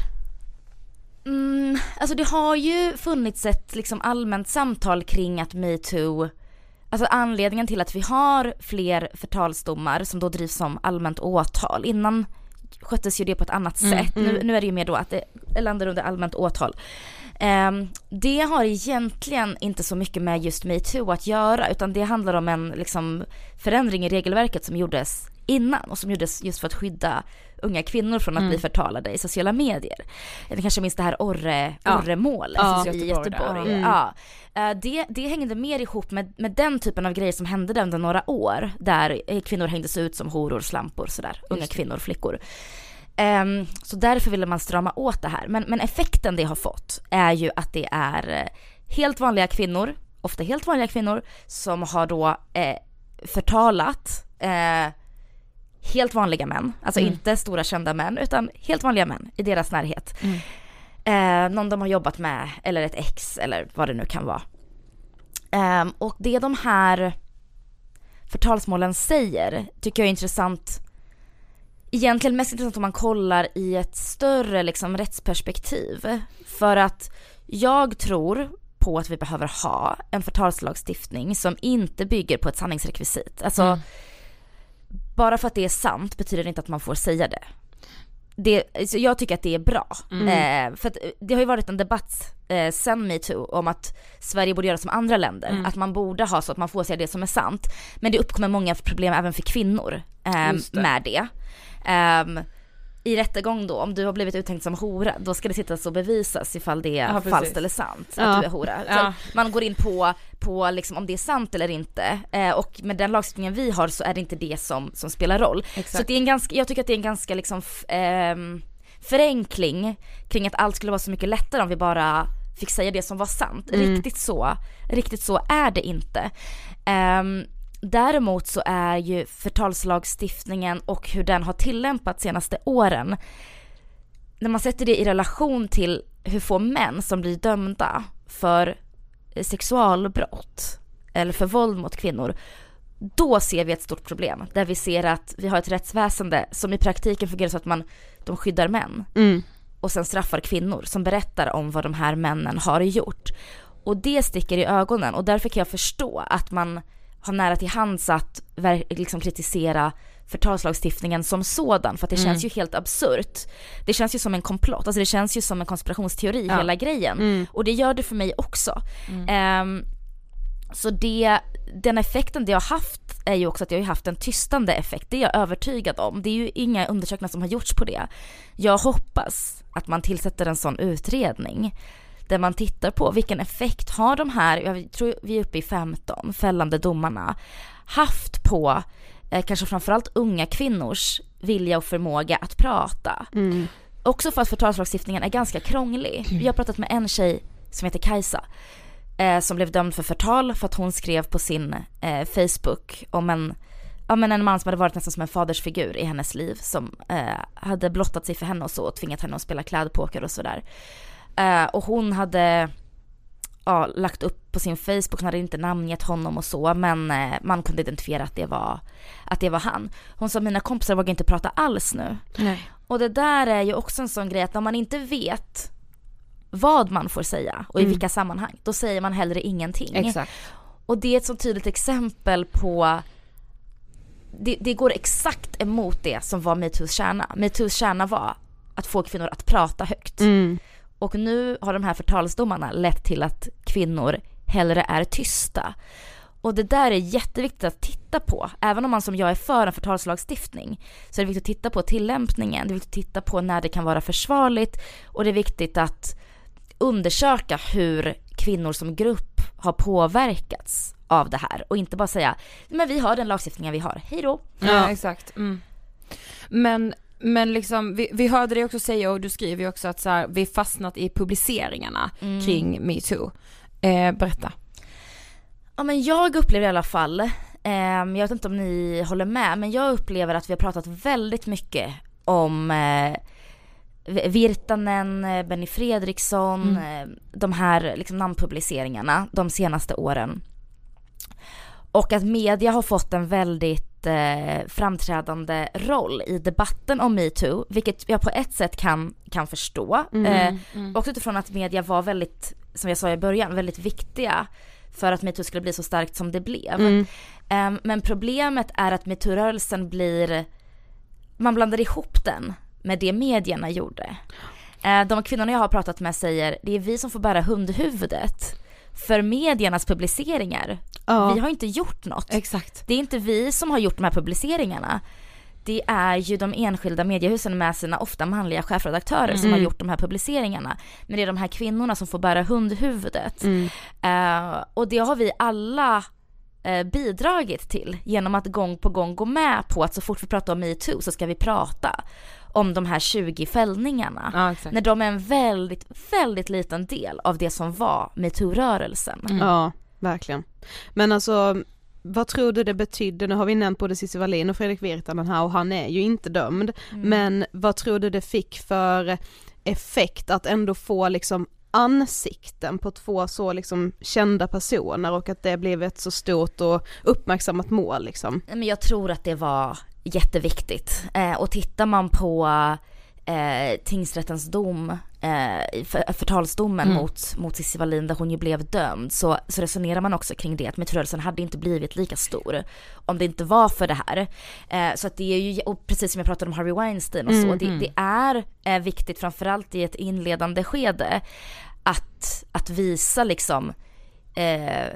Mm, alltså det har ju funnits ett liksom allmänt samtal kring att MeToo, alltså anledningen till att vi har fler förtalsdomar som då drivs som allmänt åtal. Innan sköttes ju det på ett annat mm, sätt. Mm. Nu, nu är det ju mer då att det landar under allmänt åtal. Um, det har egentligen inte så mycket med just MeToo att göra, utan det handlar om en liksom förändring i regelverket som gjordes innan, och som gjordes just för att skydda unga kvinnor från att mm. bli förtalade i sociala medier. Jag kanske minns det här Orre, ja. Orre-målet ja. i Göteborg. Mm. Ja. Det, det hängde mer ihop med, med den typen av grejer som hände under några år, där kvinnor hängdes ut som horor, slampor, sådär. Unga kvinnor, flickor. Um, så därför ville man strama åt det här. Men, men effekten det har fått är ju att det är helt vanliga kvinnor, ofta helt vanliga kvinnor, som har då eh, förtalat eh, helt vanliga män, alltså mm. inte stora kända män, utan helt vanliga män i deras närhet. Mm. Eh, någon de har jobbat med, eller ett ex, eller vad det nu kan vara. Eh, och det de här förtalsmålen säger tycker jag är intressant. Egentligen mest intressant om man kollar i ett större liksom rättsperspektiv. För att jag tror på att vi behöver ha en förtalslagstiftning som inte bygger på ett sanningsrekvisit. Alltså, mm. bara för att det är sant betyder det inte att man får säga det. Det, så jag tycker att det är bra. Mm. Eh, för att det har ju varit en debatt eh, sen MeToo om att Sverige borde göra som andra länder. Mm. Att man borde ha så att man får säga det som är sant. Men det uppkommer många problem även för kvinnor eh, det. med det. Eh, I rättegång då, om du har blivit uttänkt som hora, då ska det sittas och bevisas ifall det är ja, falskt eller sant ja. att du är hora. Ja. Så man går in på, på liksom om det är sant eller inte. Eh, och med den lagstiftningen vi har så är det inte det som, som spelar roll. Exakt. Så det är en ganska, jag tycker att det är en ganska liksom, f- eh, förenkling kring att allt skulle vara så mycket lättare om vi bara fick säga det som var sant. Mm. Riktigt så, riktigt så är det inte. Eh, Däremot så är ju förtalslagstiftningen och hur den har tillämpats senaste åren, när man sätter det i relation till hur få män som blir dömda för sexualbrott eller för våld mot kvinnor, då ser vi ett stort problem. Där vi ser att vi har ett rättsväsende som i praktiken fungerar så att man, de skyddar män mm. och sen straffar kvinnor som berättar om vad de här männen har gjort. Och det sticker i ögonen, och därför kan jag förstå att man har nära till hands att liksom kritisera förtalslagstiftningen som sådan, för att det mm. känns ju helt absurt. Det känns ju som en komplott, alltså det känns ju som en konspirationsteori ja. hela grejen. Mm. Och det gör det för mig också. Mm. Um, så det, den effekten det har haft är ju också att jag har haft en tystande effekt. Det är jag övertygad om. Det är ju inga undersökningar som har gjorts på det. Jag hoppas att man tillsätter en sån utredning där man tittar på vilken effekt har de här, jag tror vi är uppe i femton fällande domarna, haft på eh, kanske framförallt unga kvinnors vilja och förmåga att prata. Mm. Också för att förtalslagstiftningen är ganska krånglig. Vi har pratat med en tjej som heter Kajsa eh, som blev dömd för förtal för att hon skrev på sin eh, Facebook om en, ja, men en man som hade varit nästan som en fadersfigur i hennes liv, som eh, hade blottat sig för henne och så och tvingat henne att spela klädpoker och sådär. Uh, och hon hade uh, lagt upp på sin Facebook, hon hade inte namngett honom och så, men uh, man kunde identifiera att det var att det var han. Hon sa, mina kompisar vågar inte prata alls nu. Nej. Och det där är ju också en sån grej att när man inte vet vad man får säga och i mm. vilka sammanhang, då säger man hellre ingenting. Exakt. Och det är ett så tydligt exempel på det, det går exakt emot det som var MeToos kärna. MeToos kärna var att få kvinnor att prata högt. Mm. Och nu har de här förtalsdomarna lett till att kvinnor hellre är tysta. Och det där är jätteviktigt att titta på. Även om man som jag är för en förtalslagstiftning, så är det viktigt att titta på tillämpningen. Det är viktigt att titta på när det kan vara försvarligt. Och det är viktigt att undersöka hur kvinnor som grupp har påverkats av det här. Och inte bara säga, men vi har den lagstiftningen vi har. Hej då. Ja, exakt. Mm. Men... Men liksom, vi, vi hörde det också säga, och du skriver ju också att så här, vi fastnat i publiceringarna mm. kring MeToo. Eh, berätta. Ja, men jag upplever i alla fall, eh, jag vet inte om ni håller med, men jag upplever att vi har pratat väldigt mycket om eh, Virtanen, Benny Fredriksson, mm. eh, de här liksom, namnpubliceringarna de senaste åren. Och att media har fått en väldigt eh, framträdande roll i debatten om MeToo, vilket jag på ett sätt kan, kan förstå. Mm, eh, mm. Också utifrån att media var väldigt, som jag sa i början, väldigt viktiga för att MeToo skulle bli så starkt som det blev. Mm. Eh, men problemet är att MeToo-rörelsen blir, man blandar ihop den med det medierna gjorde. Eh, de kvinnorna jag har pratat med säger, det är vi som får bära hundhuvudet för mediernas publiceringar. Ja. Vi har inte gjort något. Exakt. Det är inte vi som har gjort de här publiceringarna. Det är ju de enskilda mediehusen med sina ofta manliga chefredaktörer mm. som har gjort de här publiceringarna. Men det är de här kvinnorna som får bära hundhuvudet. Mm. Uh, och det har vi alla uh, bidragit till genom att gång på gång gå med på att så fort vi pratar om MeToo så ska vi prata om de här tjugo fällningarna. Ja, när de är en väldigt, väldigt liten del av det som var MeToo-rörelsen. Mm. Ja, verkligen. Men alltså, vad tror du det betydde? Nu har vi nämnt både Cissi Wallin och Fredrik Virtanen här, och han är ju inte dömd. Mm. Men vad tror du det fick för effekt att ändå få liksom ansikten på två så liksom kända personer, och att det blev ett så stort och uppmärksammat mål liksom? Men jag tror att det var jätteviktigt. Eh, och tittar man på eh, tingsrättens dom, eh, för, förtalsdomen mm. mot, mot Cissi Wallin där hon ju blev dömd, så, så resonerar man också kring det att metoo-rörelsen hade inte blivit lika stor om det inte var för det här. Eh, så att det är ju, och precis som jag pratade om Harvey Weinstein och så, mm. det, det är eh, viktigt framförallt i ett inledande skede att, att visa liksom eh,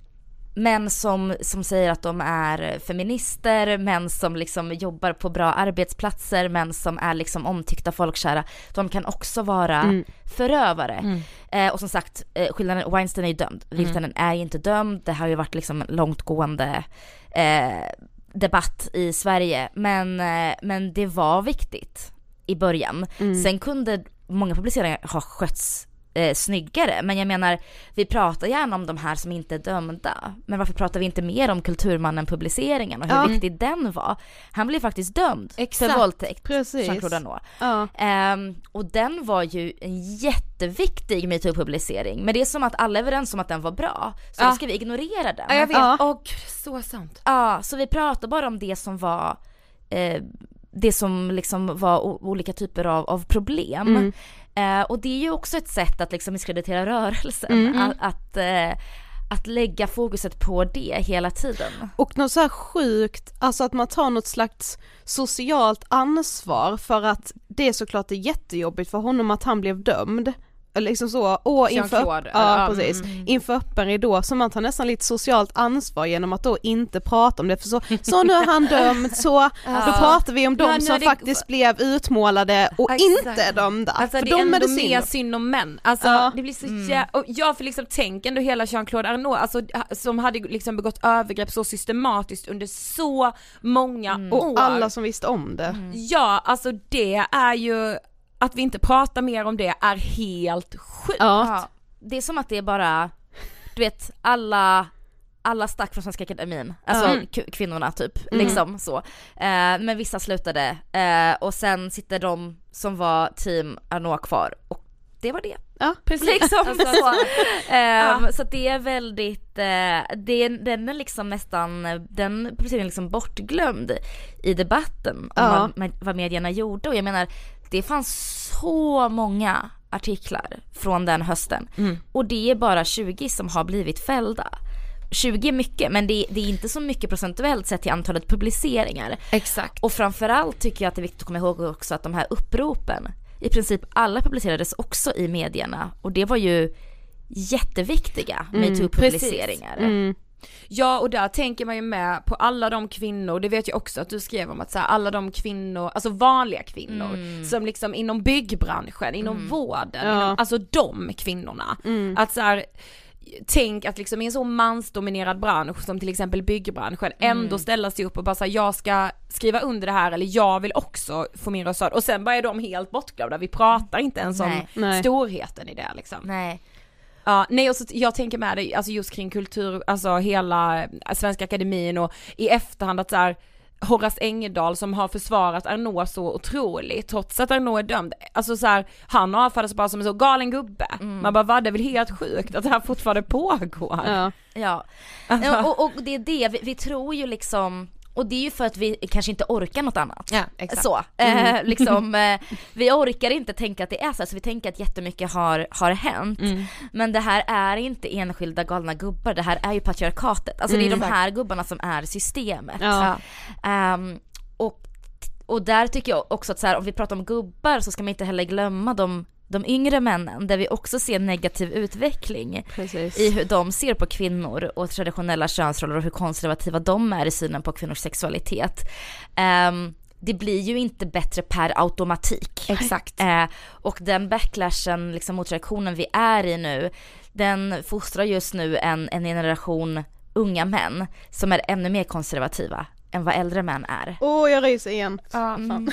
män som, som säger att de är feminister, män som liksom jobbar på bra arbetsplatser, män som är liksom omtyckta folkkära, de kan också vara mm. förövare. Mm. Eh, och som sagt, eh, skillnaden, Weinstein är ju dömd, Virtanen mm. är ju inte dömd, det har ju varit liksom långtgående eh, debatt i Sverige, men, eh, men det var viktigt i början. Mm. Sen kunde många publiceringar ha skötts Eh, snyggare, men jag menar, vi pratar gärna om de här som inte är dömda, men varför pratar vi inte mer om Kulturmannen-publiceringen och hur ja. viktig den var? Han blev faktiskt dömd Exakt. för våldtäkt. Precis. Jean-Claude Arnault. Ja. Um, och den var ju en jätteviktig MeToo-publicering, men det är som att alla är överens om att den var bra, så ja. då ska vi ignorera den. Ja, jag vet. Ja. Och så sant. Ja, så vi pratar bara om det som var eh, det som liksom var o- olika typer av, av problem. Mm. Eh, och det är ju också ett sätt att liksom misskreditera rörelsen. Mm. Att, att, eh, att lägga fokuset på det hela tiden. Och något så här sjukt, alltså att man tar något slags socialt ansvar för att det är såklart är jättejobbigt för honom att han blev dömd. Liksom så, och inför, ja, precis. Mm. inför öppen ridå, som man tar nästan lite socialt ansvar genom att då inte prata om det, för så, så nu är han dömd, så ja. då pratar vi om de ja, som det... faktiskt blev utmålade och Exakt. inte är dömda. Alltså för det är ändå mer synd om män, alltså ja. det blir så mm. jä... och jag får liksom tänka ändå hela Jean-Claude Arnault, alltså, som hade liksom begått övergrepp så systematiskt under så många mm. år. Och alla som visste om det. Mm. Ja, alltså det är ju, att vi inte pratar mer om det är helt sjukt. Ja, det är som att det är bara, du vet, alla alla stack från Svenska Akademin, alltså mm. k- kvinnorna typ, mm. liksom så. Eh, men vissa slutade eh, och sen sitter de som var team Arnault kvar och det var det. Ja, precis. Liksom, alltså, så eh, ja. så det är väldigt eh, det, den är liksom nästan, den publiceringen liksom bortglömd i debatten ja. om vad, vad medierna gjorde, och jag menar, det fanns så många artiklar från den hösten. Mm. Och det är bara tjugo som har blivit fällda. tjugo är mycket, men det, det är inte så mycket procentuellt sett till antalet publiceringar. Exakt. Och framförallt tycker jag att det är viktigt att komma ihåg också att de här uppropen, i princip alla publicerades också i medierna. Och det var ju jätteviktiga mm, MeToo-publiceringar. Mm. Ja, och där tänker man ju med på alla de kvinnor, det vet jag också att du skrev om, att så här, alla de kvinnor, alltså vanliga kvinnor mm. som liksom inom byggbranschen, inom mm. vården, ja. inom, alltså de kvinnorna. Mm. Att så här, tänk att liksom i en så mansdominerad bransch som till exempel byggbranschen mm. ändå ställa sig upp och bara säga, jag ska skriva under det här, eller jag vill också få min röst. Och sen bara är de helt bortglömda, vi pratar inte ens om Nej. storheten i det liksom. Nej. Ja, nej, och så jag tänker med det, alltså just kring kultur, alltså hela Svenska Akademin, och i efterhand att så här, Horace Engdahl som har försvarat Arnault så otroligt trots att Arnault är dömd, alltså så här, han avfärdas bara som en så galen gubbe. Mm. Man bara, vad, det är väl helt sjukt att det här fortfarande pågår. Ja, ja. Alltså. Och, och det är det, vi, vi tror ju liksom, och det är ju för att vi kanske inte orkar något annat. Ja, exakt. Så, mm. eh, liksom, eh, vi orkar inte tänka att det är så, så vi tänker att jättemycket har, har hänt. Mm. Men det här är inte enskilda galna gubbar, det här är ju patriarkatet. Alltså mm. det är de här gubbarna som är systemet. Ja. Um, och, och där tycker jag också att så här, om vi pratar om gubbar så ska man inte heller glömma de de yngre männen, där vi också ser negativ utveckling Precis. i hur de ser på kvinnor och traditionella könsroller och hur konservativa de är i synen på kvinnors sexualitet. Um, det blir ju inte bättre per automatik. Exakt. Uh, och den backlashen, liksom motreaktionen vi är i nu, den fostrar just nu en, en generation unga män som är ännu mer konservativa än vad äldre män är. Åh, oh, jag ryser igen. Mm.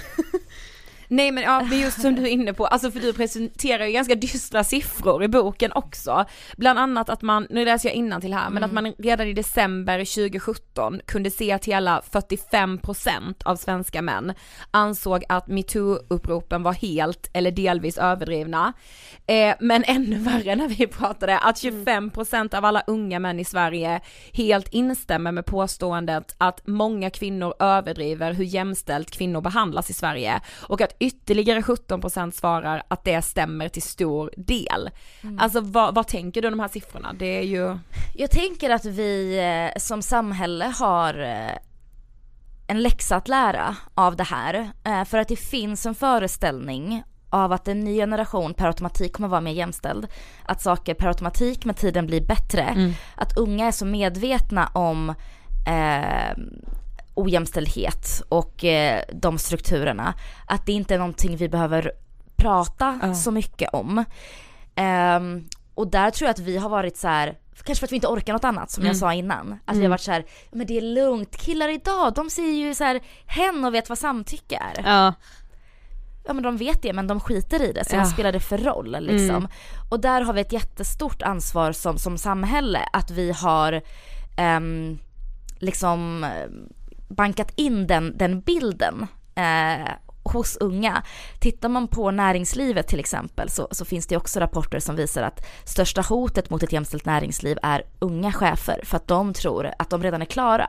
Nej, men ja, men just som du är inne på, alltså för du presenterar ju ganska dystra siffror i boken också. Bland annat att man, nu läser jag innantill här, mm. men att man redan i december tjugo sjutton kunde se att hela fyrtiofem procent av svenska män ansåg att MeToo-uppropen var helt eller delvis överdrivna. Eh, men ännu värre när vi pratade att tjugofem procent av alla unga män i Sverige helt instämmer med påståendet att många kvinnor överdriver hur jämställt kvinnor behandlas i Sverige, och att ytterligare sjutton procent svarar att det stämmer till stor del. Mm. Alltså vad, vad tänker du om de här siffrorna? Det är ju... Jag tänker att vi eh, som samhälle har eh, en läxa att lära av det här. Eh, för att det finns en föreställning av att en ny generation per automatik kommer vara mer jämställd. Att saker per automatik med tiden blir bättre. Mm. Att unga är så medvetna om eh, ojämställdhet och eh, de strukturerna. Att det inte är någonting vi behöver prata uh. så mycket om. Eh, och där tror jag att vi har varit så här, kanske för att vi inte orkar något annat som mm. jag sa innan. Att mm. vi har varit så här, men det är lugnt. Killar idag, de ser ju så här hen och vet vad samtycke är. Ja. Ja, men de vet det, men de skiter i det. Så ja. Vad spelar det för roll liksom? Mm. Och där har vi ett jättestort ansvar som, som samhälle. Att vi har um, liksom bankat in den, den bilden eh, hos unga. Tittar man på näringslivet till exempel så, så finns det också rapporter som visar att största hotet mot ett jämställt näringsliv är unga chefer. För att de tror att de redan är klara.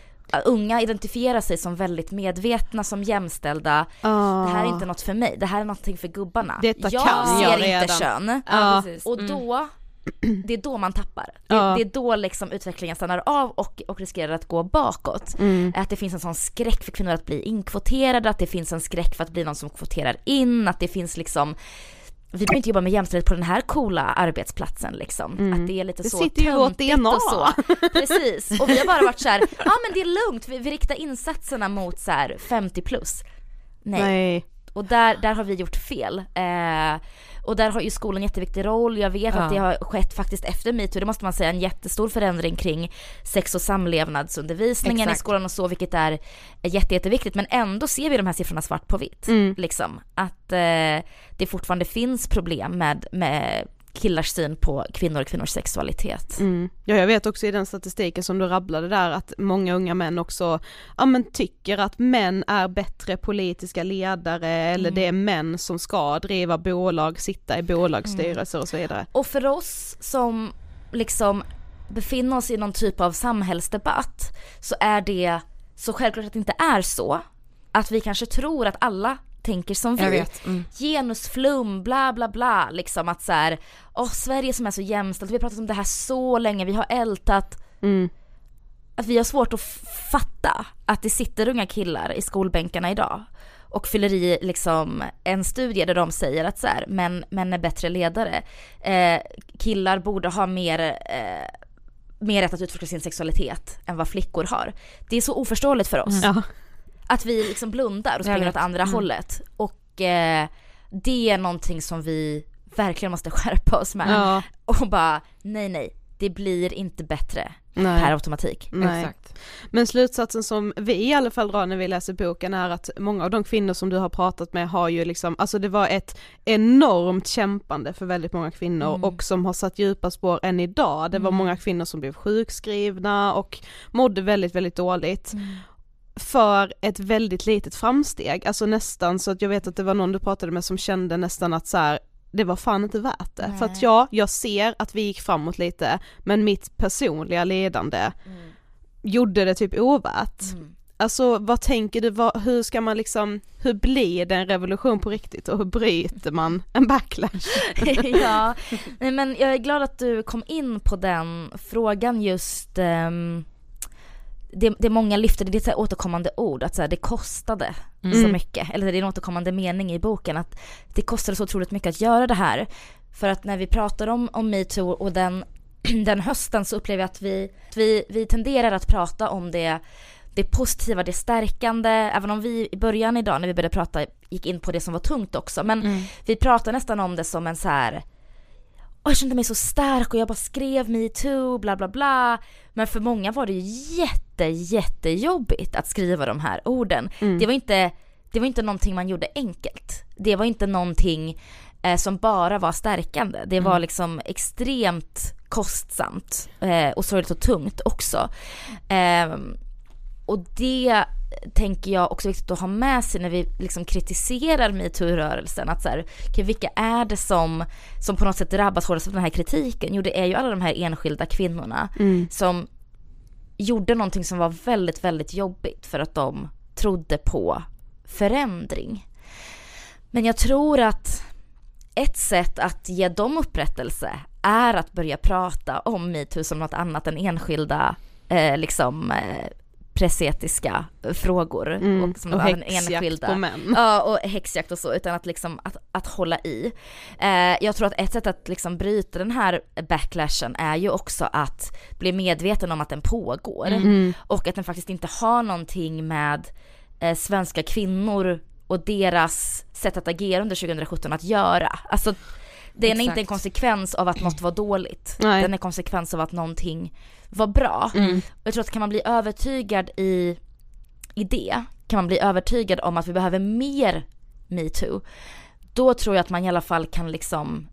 Unga identifierar sig som väldigt medvetna, som jämställda. Oh. Det här är inte något för mig. Det här är någonting för gubbarna. Detta jag kan ser jag inte redan. kön. Ja. Och då det är då man tappar. Det, ja. det är då liksom utvecklingen stannar av och, och riskerar att gå bakåt. Mm. Att det finns en sån skräck för kvinnor att bli inkvoterade, att det finns en skräck för att bli någon som kvoterar in, att det finns liksom, vi behöver inte jobba med jämställdhet på den här coola arbetsplatsen liksom. Mm. Att det är lite det så sitter ju åt D N A. Och så. Precis. Och vi har bara varit så här, ja ah, men det är lugnt. Vi, vi riktar insatserna mot så här femtio plus. Nej. Nej. Och där, där har vi gjort fel. Eh, och där har ju skolan en jätteviktig roll. Jag vet ja. att det har skett faktiskt efter MeToo. Det måste man säga, en jättestor förändring kring sex- och samlevnadsundervisningen Exakt. i skolan och så, vilket är jätte, jätteviktigt. Men ändå ser vi de här siffrorna svart på vitt. Mm. Liksom. Att eh, det fortfarande finns problem med, med killars syn på kvinnor och kvinnors sexualitet. Mm. Ja, jag vet också i den statistiken som du rabblade där att många unga män också ja, men tycker att män är bättre politiska ledare mm. eller det är män som ska driva bolag, sitta i bolagsstyrelser mm. och så vidare. Och för oss som liksom befinner oss i någon typ av samhällsdebatt så är det så självklart att det inte är så. Att vi kanske tror att alla tänker som vi. Mm. Genusflum, bla bla bla. Liksom att så här, åh, Sverige som är så jämställt. Vi har pratat om det här så länge. Vi har ältat. Mm. Att vi har svårt att f- fatta att det sitter unga killar i skolbänkarna idag och fyller i liksom en studie där de säger att så här, män, män är bättre ledare. Eh, killar borde ha mer... Eh, mer rätt att utforska sin sexualitet än vad flickor har. Det är så oförståeligt för oss. Mm. Att vi liksom blundar och springer åt andra mm. hållet. Och eh, det är någonting som vi verkligen måste skärpa oss med. Ja. Och bara, nej nej, det blir inte bättre nej. per automatik. Nej. Exakt. Men slutsatsen som vi i alla fall drar när vi läser boken är att många av de kvinnor som du har pratat med har ju liksom, alltså det var ett enormt kämpande för väldigt många kvinnor mm. och som har satt djupa spår än idag. Det var mm. många kvinnor som blev sjukskrivna och mådde väldigt, väldigt dåligt. Mm. För ett väldigt litet framsteg, alltså nästan så att jag vet att det var någon du pratade med som kände nästan att så här, det var fan inte värt det. Nej. För att ja, jag ser att vi gick framåt lite, men mitt personliga ledande mm. gjorde det typ ovärt. Mm. Alltså vad tänker du, vad, hur ska man liksom, hur blir det en revolution på riktigt och hur bryter man en backlash? Ja, men jag är glad att du kom in på den frågan just... Um... Det, det är många lyfter, det är ett återkommande ord att så här, det kostade mm. så mycket, eller det är en återkommande mening i boken att det kostade så otroligt mycket att göra det här, för att när vi pratar om, om MeToo och den, den hösten så upplever jag att vi, vi, vi tenderar att prata om det, det positiva, det stärkande, även om vi i början idag när vi började prata gick in på det som var tungt också, men mm. vi pratar nästan om det som en så här, och jag kände mig så stark och jag bara skrev MeToo, bla bla bla. Men för många var det jätte, jättejobbigt att skriva de här orden. Mm. Det var inte, det var inte någonting man gjorde enkelt. Det var inte någonting eh, som bara var stärkande. Det var mm. liksom extremt kostsamt eh, och sorgligt och tungt också. Eh, och det tänker jag också är viktigt att ha med sig när vi liksom kritiserar MeToo-rörelsen, att så här, okay, vilka är det som, som på något sätt drabbas hårdast av den här kritiken? Jo, det är ju alla de här enskilda kvinnorna mm. som gjorde någonting som var väldigt, väldigt jobbigt för att de trodde på förändring. Men jag tror att ett sätt att ge dem upprättelse är att börja prata om MeToo som något annat än enskilda eh, liksom eh, pressetiska frågor mm. och som och något häxjakt enskilda på män. Ja, och häxjakt och så, utan att liksom att, att hålla i. Eh, jag tror att ett sätt att liksom bryta den här backlashen är ju också att bli medveten om att den pågår mm. och att den faktiskt inte har någonting med eh, svenska kvinnor och deras sätt att agera under tjugohundrasjutton att göra. Alltså den är inte en konsekvens av att något var dåligt. Nej. Den är en konsekvens av att någonting var bra. Mm. Jag tror att kan man bli övertygad i, i det, kan man bli övertygad om att vi behöver mer MeToo, då tror jag att man i alla fall kan liksom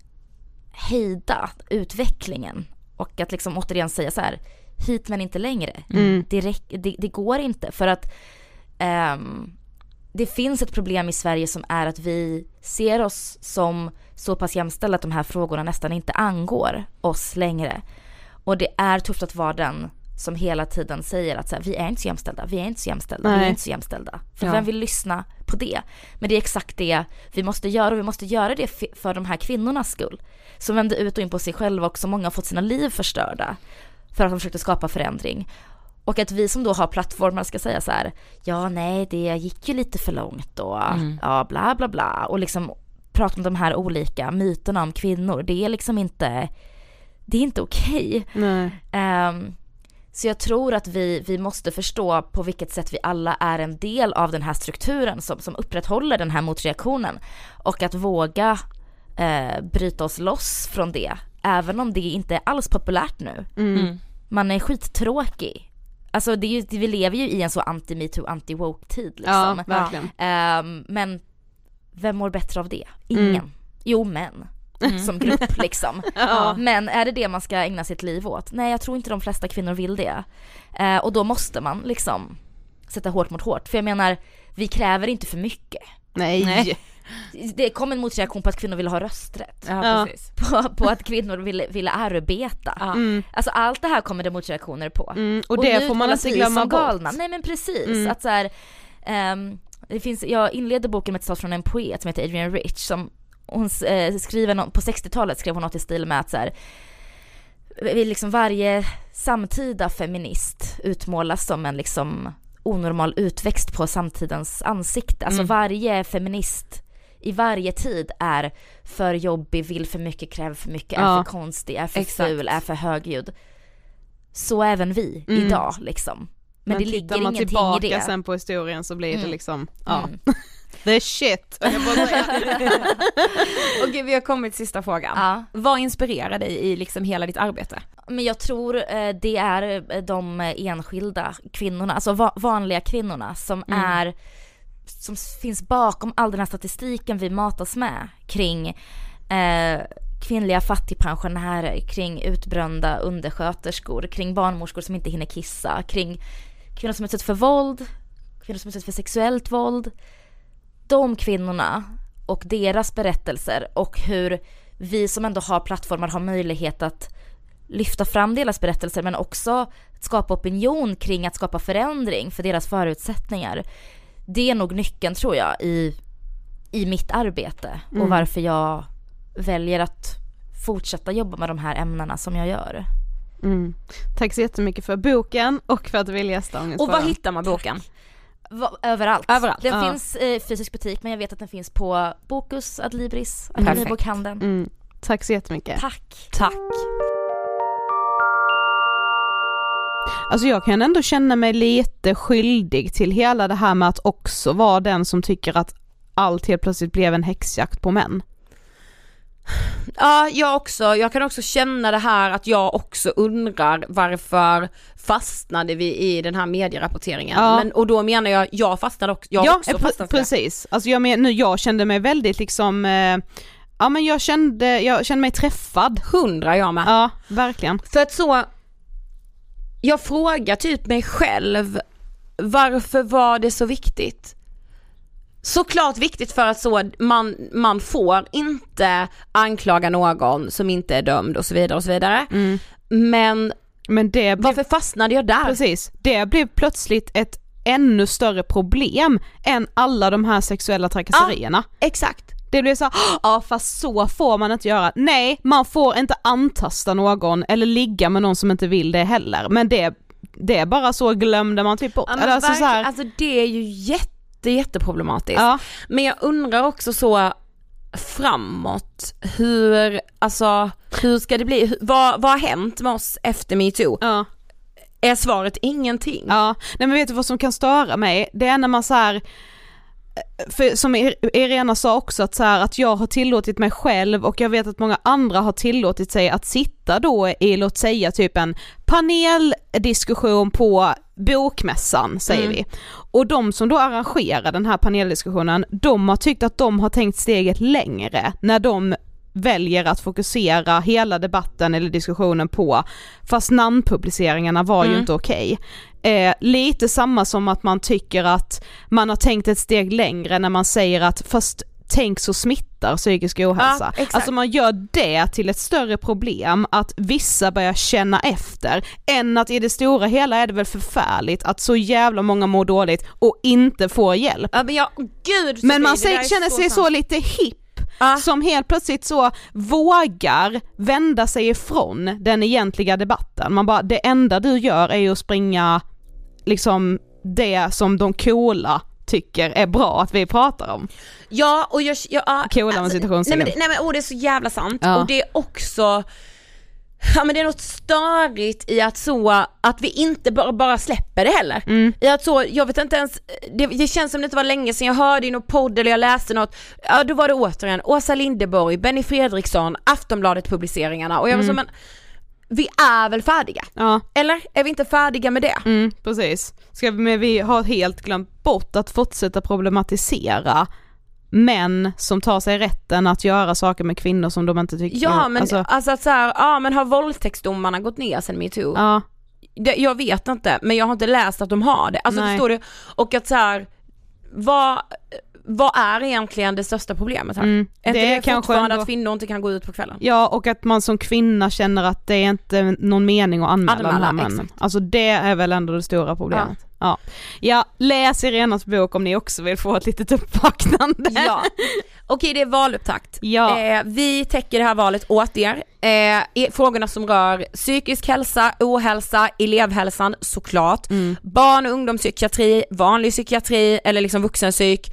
hejda utvecklingen och att liksom återigen säga så här: hit men inte längre. Mm. Det, räck, det, det går inte, för att um, det finns ett problem i Sverige som är att vi ser oss som så pass jämställda att de här frågorna nästan inte angår oss längre. Och det är tufft att vara den som hela tiden säger att så här, vi är inte så jämställda, vi är inte så jämställda, Nej. vi är inte så jämställda. För Ja. vem vill lyssna på det? Men det är exakt det vi måste göra, och vi måste göra det för de här kvinnornas skull. Som vände ut och in på sig själva och så många har fått sina liv förstörda för att de försökte skapa förändring. Och att vi som då har plattformar ska säga så här: ja nej, det gick ju lite för långt och mm. ja bla bla bla, och liksom prata om de här olika myterna om kvinnor. Det är liksom inte, det är inte okej. Nej. Um, så jag tror att vi, vi måste förstå på vilket sätt vi alla är en del av den här strukturen som, som upprätthåller den här motreaktionen, och att våga uh, bryta oss loss från det, även om det inte är alls populärt nu. Mm. Man är skittråkig. Alltså det är ju, vi lever ju i en så anti-MeToo, anti-woke-tid liksom. Ja, verkligen. Um, men vem mår bättre av det? Ingen. Mm. Jo, män. Mm. Som grupp liksom. Ja. Men är det det man ska ägna sitt liv åt? Nej, jag tror inte de flesta kvinnor vill det. Uh, och då måste man liksom sätta hårt mot hårt. För jag menar, vi kräver inte för mycket. Nej. Nej. Det kom en motreaktion på att kvinnor ville ha rösträtt. Ja, Ja. precis. På, på att kvinnor ville, ville arbeta. Ja. Mm. Alltså allt det här kommer det motreaktioner på. Mm. Och det nu får man hållas inte vi glömma som bort. galna. Nej men precis. Mm. Att så här, um, det finns, jag inledde boken med ett citat från en poet som heter Adrienne Rich, som hon eh, skriver no- på sextiotalet skrev hon något i stil med att så här, liksom varje samtida feminist utmålas som en liksom onormal utväxt på samtidens ansikte. Alltså Mm. varje feminist i varje tid är för jobbig, vill för mycket, kräver för mycket, är Ja. för konstig, är för Exakt. ful, är för högljudd. Så även vi Mm. idag liksom. Men, Men det tittar ligger man ingenting tillbaka i det. sen på historien så blir det Mm. liksom, ja. Mm. The shit. Jag bara säga. Okej, vi har kommit till sista frågan. Ja. Vad inspirerar dig i liksom hela ditt arbete? Men jag tror eh, det är eh, de enskilda kvinnorna, alltså va- vanliga kvinnorna som Mm. är som finns bakom all den här statistiken vi matas med kring eh, kvinnliga fattigpensionärer, kring utbrända undersköterskor, kring barnmorskor som inte hinner kissa, kring kvinnor som utsätts för våld, kvinnor som utsätts för sexuellt våld. De kvinnorna och deras berättelser, och hur vi som ändå har plattformar har möjlighet att lyfta fram deras berättelser, men också skapa opinion kring att skapa förändring för deras förutsättningar. Det är nog nyckeln, tror jag, i, i mitt arbete Mm. och varför jag väljer att fortsätta jobba med de här ämnena som jag gör. Mm. Tack så jättemycket för boken och för att du vill gästa Ångest Och för var den. hittar man boken? Va- överallt. Överallt, Den ja. finns i fysisk butik, men jag vet att den finns på Bokus, Adlibris, Perfekt. Adlibokhandeln. Mm. Tack så jättemycket. Tack. Tack. Alltså jag kan ändå känna mig lite skyldig till hela det här med att också vara den som tycker att allt helt plötsligt blev en häxjakt på män. Ja, jag också. Jag kan också känna det här att jag också undrar varför fastnade vi i den här medierapporteringen. Ja. Men, och då menar jag, jag fastnade också. Jag har Ja, också eh, fastnat pre- för det. precis. Alltså jag, men, nu, jag kände mig väldigt liksom, eh, ja men jag kände, jag kände mig träffad. Hundra jag med. Ja, verkligen. För att så, jag frågar typ mig själv, varför var det så viktigt? Såklart viktigt för att så man, man får inte anklaga någon som inte är dömd och så vidare och så vidare. Mm. Men Men det blev, varför fastnade jag där? precis, det blev plötsligt ett ännu större problem än alla de här sexuella trakasserierna. Ja, exakt. Det blir så, ja fast så får man inte göra. Nej, man får inte antasta någon eller ligga med någon som inte vill det heller. Men det, det är bara så, glömde man typ bort. Ja, alltså, verk, så här, alltså det är ju jätte, jätteproblematiskt. Ja. Men jag undrar också så framåt, hur, alltså, hur ska det bli? Hur, vad, vad har hänt med oss efter MeToo? Ja. Är svaret ingenting? Ja, nej men vet du vad som kan störa mig? Det är när man så här, för som Irena sa också, att, så här, att jag har tillåtit mig själv och jag vet att många andra har tillåtit sig att sitta då i, låt säga typ en paneldiskussion på bokmässan, säger mm. vi. Och de som då arrangerar den här paneldiskussionen, de har tyckt att de har tänkt steget längre när de väljer att fokusera hela debatten eller diskussionen på, fast namnpubliceringarna var mm. ju inte okej. Eh, lite samma som att man tycker att man har tänkt ett steg längre när man säger att fast tänk så smittar psykisk ohälsa. Ja, alltså man gör det till ett större problem att vissa börjar känna efter, än att i det stora hela är det väl förfärligt att så jävla många mår dåligt och inte får hjälp. Ja, men, jag, gud, men man säger, känner sig så, så lite hipp. Ah. Som helt plötsligt så vågar vända sig ifrån den egentliga debatten. Man bara, det enda du gör är ju att springa liksom det som de coola tycker är bra att vi pratar om. Ja, och jag... jag ah, coola med alltså, nej men, nej men oh, det är så jävla sant. Ja. Och det är också... Ja, men det är något störigt i att så att vi inte bara, bara släpper det heller. Mm. I att så, jag vet inte ens, det, det känns som det inte var länge sedan jag hörde i någon podd eller jag läste något. Ja, då var det återigen Åsa Linderborg, Benny Fredriksson, Aftonbladet publiceringarna och jag var mm. så, men vi är väl färdiga? Ja. Eller är vi inte färdiga med det? Mm, precis. Ska vi, men vi har helt glömt bort att fortsätta problematisera män som tar sig rätten att göra saker med kvinnor som de inte tycker. Ja, men alltså, alltså att så här, ja men har våldtäktsdomarna gått ner sen MeToo? Ja. Det, jag vet inte, men jag har inte läst att de har det. Alltså förstår du? Och att så här, vad vad är egentligen det största problemet här? Mm, är det, det kanske ändå att kvinnor inte kan gå ut på kvällen? Ja, och att man som kvinna känner att det är inte någon mening att anmäla, anmäla den här männen. Alltså det är väl ändå det stora problemet. Ja. Ja. ja, läs Irenas bok om ni också vill få ett litet uppvaknande. Ja. Okej, det är valupptakt. Ja. Eh, vi täcker det här valet åt er. Eh, frågorna som rör psykisk hälsa, ohälsa, elevhälsan såklart. Mm. Barn- och ungdomspsykiatri, vanlig psykiatri eller liksom vuxenpsyk.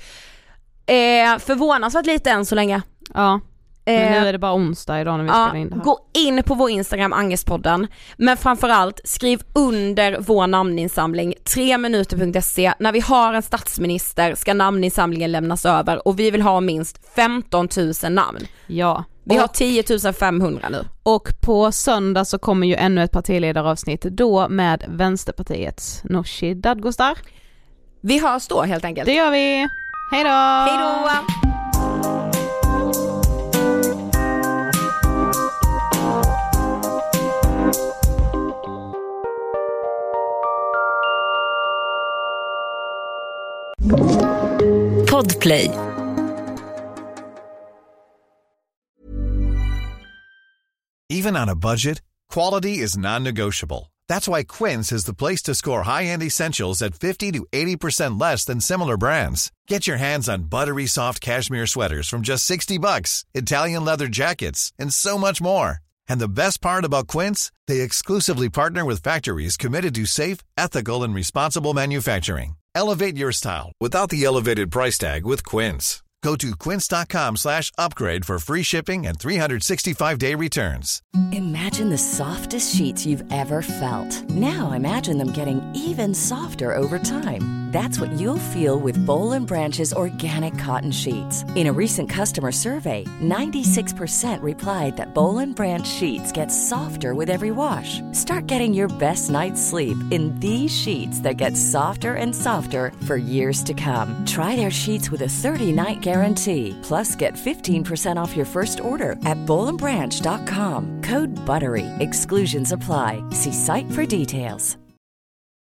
Eh, förvånansvärt lite än så länge. Ja. Men nu är det bara onsdag idag när vi spelar ja, in det här. Gå in på vår Instagram Angestpodden. Men framförallt skriv under vår namninsamling tre minuter punkt se. När vi har en statsminister ska namninsamlingen lämnas över. Och vi vill ha minst femton tusen namn. Ja. Vi och, har tio tusen femhundra nu. Och på söndag så kommer ju ännu ett partiledaravsnitt. Då med Vänsterpartiets Nooshi Dadgostar. Vi hörs då helt enkelt. Det gör vi. Hej då! Hej då! Podplay. Even on a budget, quality is non-negotiable. That's why Quince is the place to score high-end essentials at fifty to eighty percent less than similar brands. Get your hands on buttery soft cashmere sweaters from just sixty bucks, Italian leather jackets, and so much more. And the best part about Quince, they exclusively partner with factories committed to safe, ethical, and responsible manufacturing. Elevate your style without the elevated price tag with Quince. Go to quince.com slash upgrade for free shipping and three sixty-five day returns. Imagine the softest sheets you've ever felt. Now imagine them getting even softer over time. That's what you'll feel with Boll and Branch's organic cotton sheets. In a recent customer survey, ninety-six percent replied that Boll and Branch sheets get softer with every wash. Start getting your best night's sleep in these sheets that get softer and softer for years to come. Try their sheets with a thirty night guarantee. Plus get fifteen percent off your first order at boll and branch dot com. Code BUTTERY. Exclusions apply. See site for details.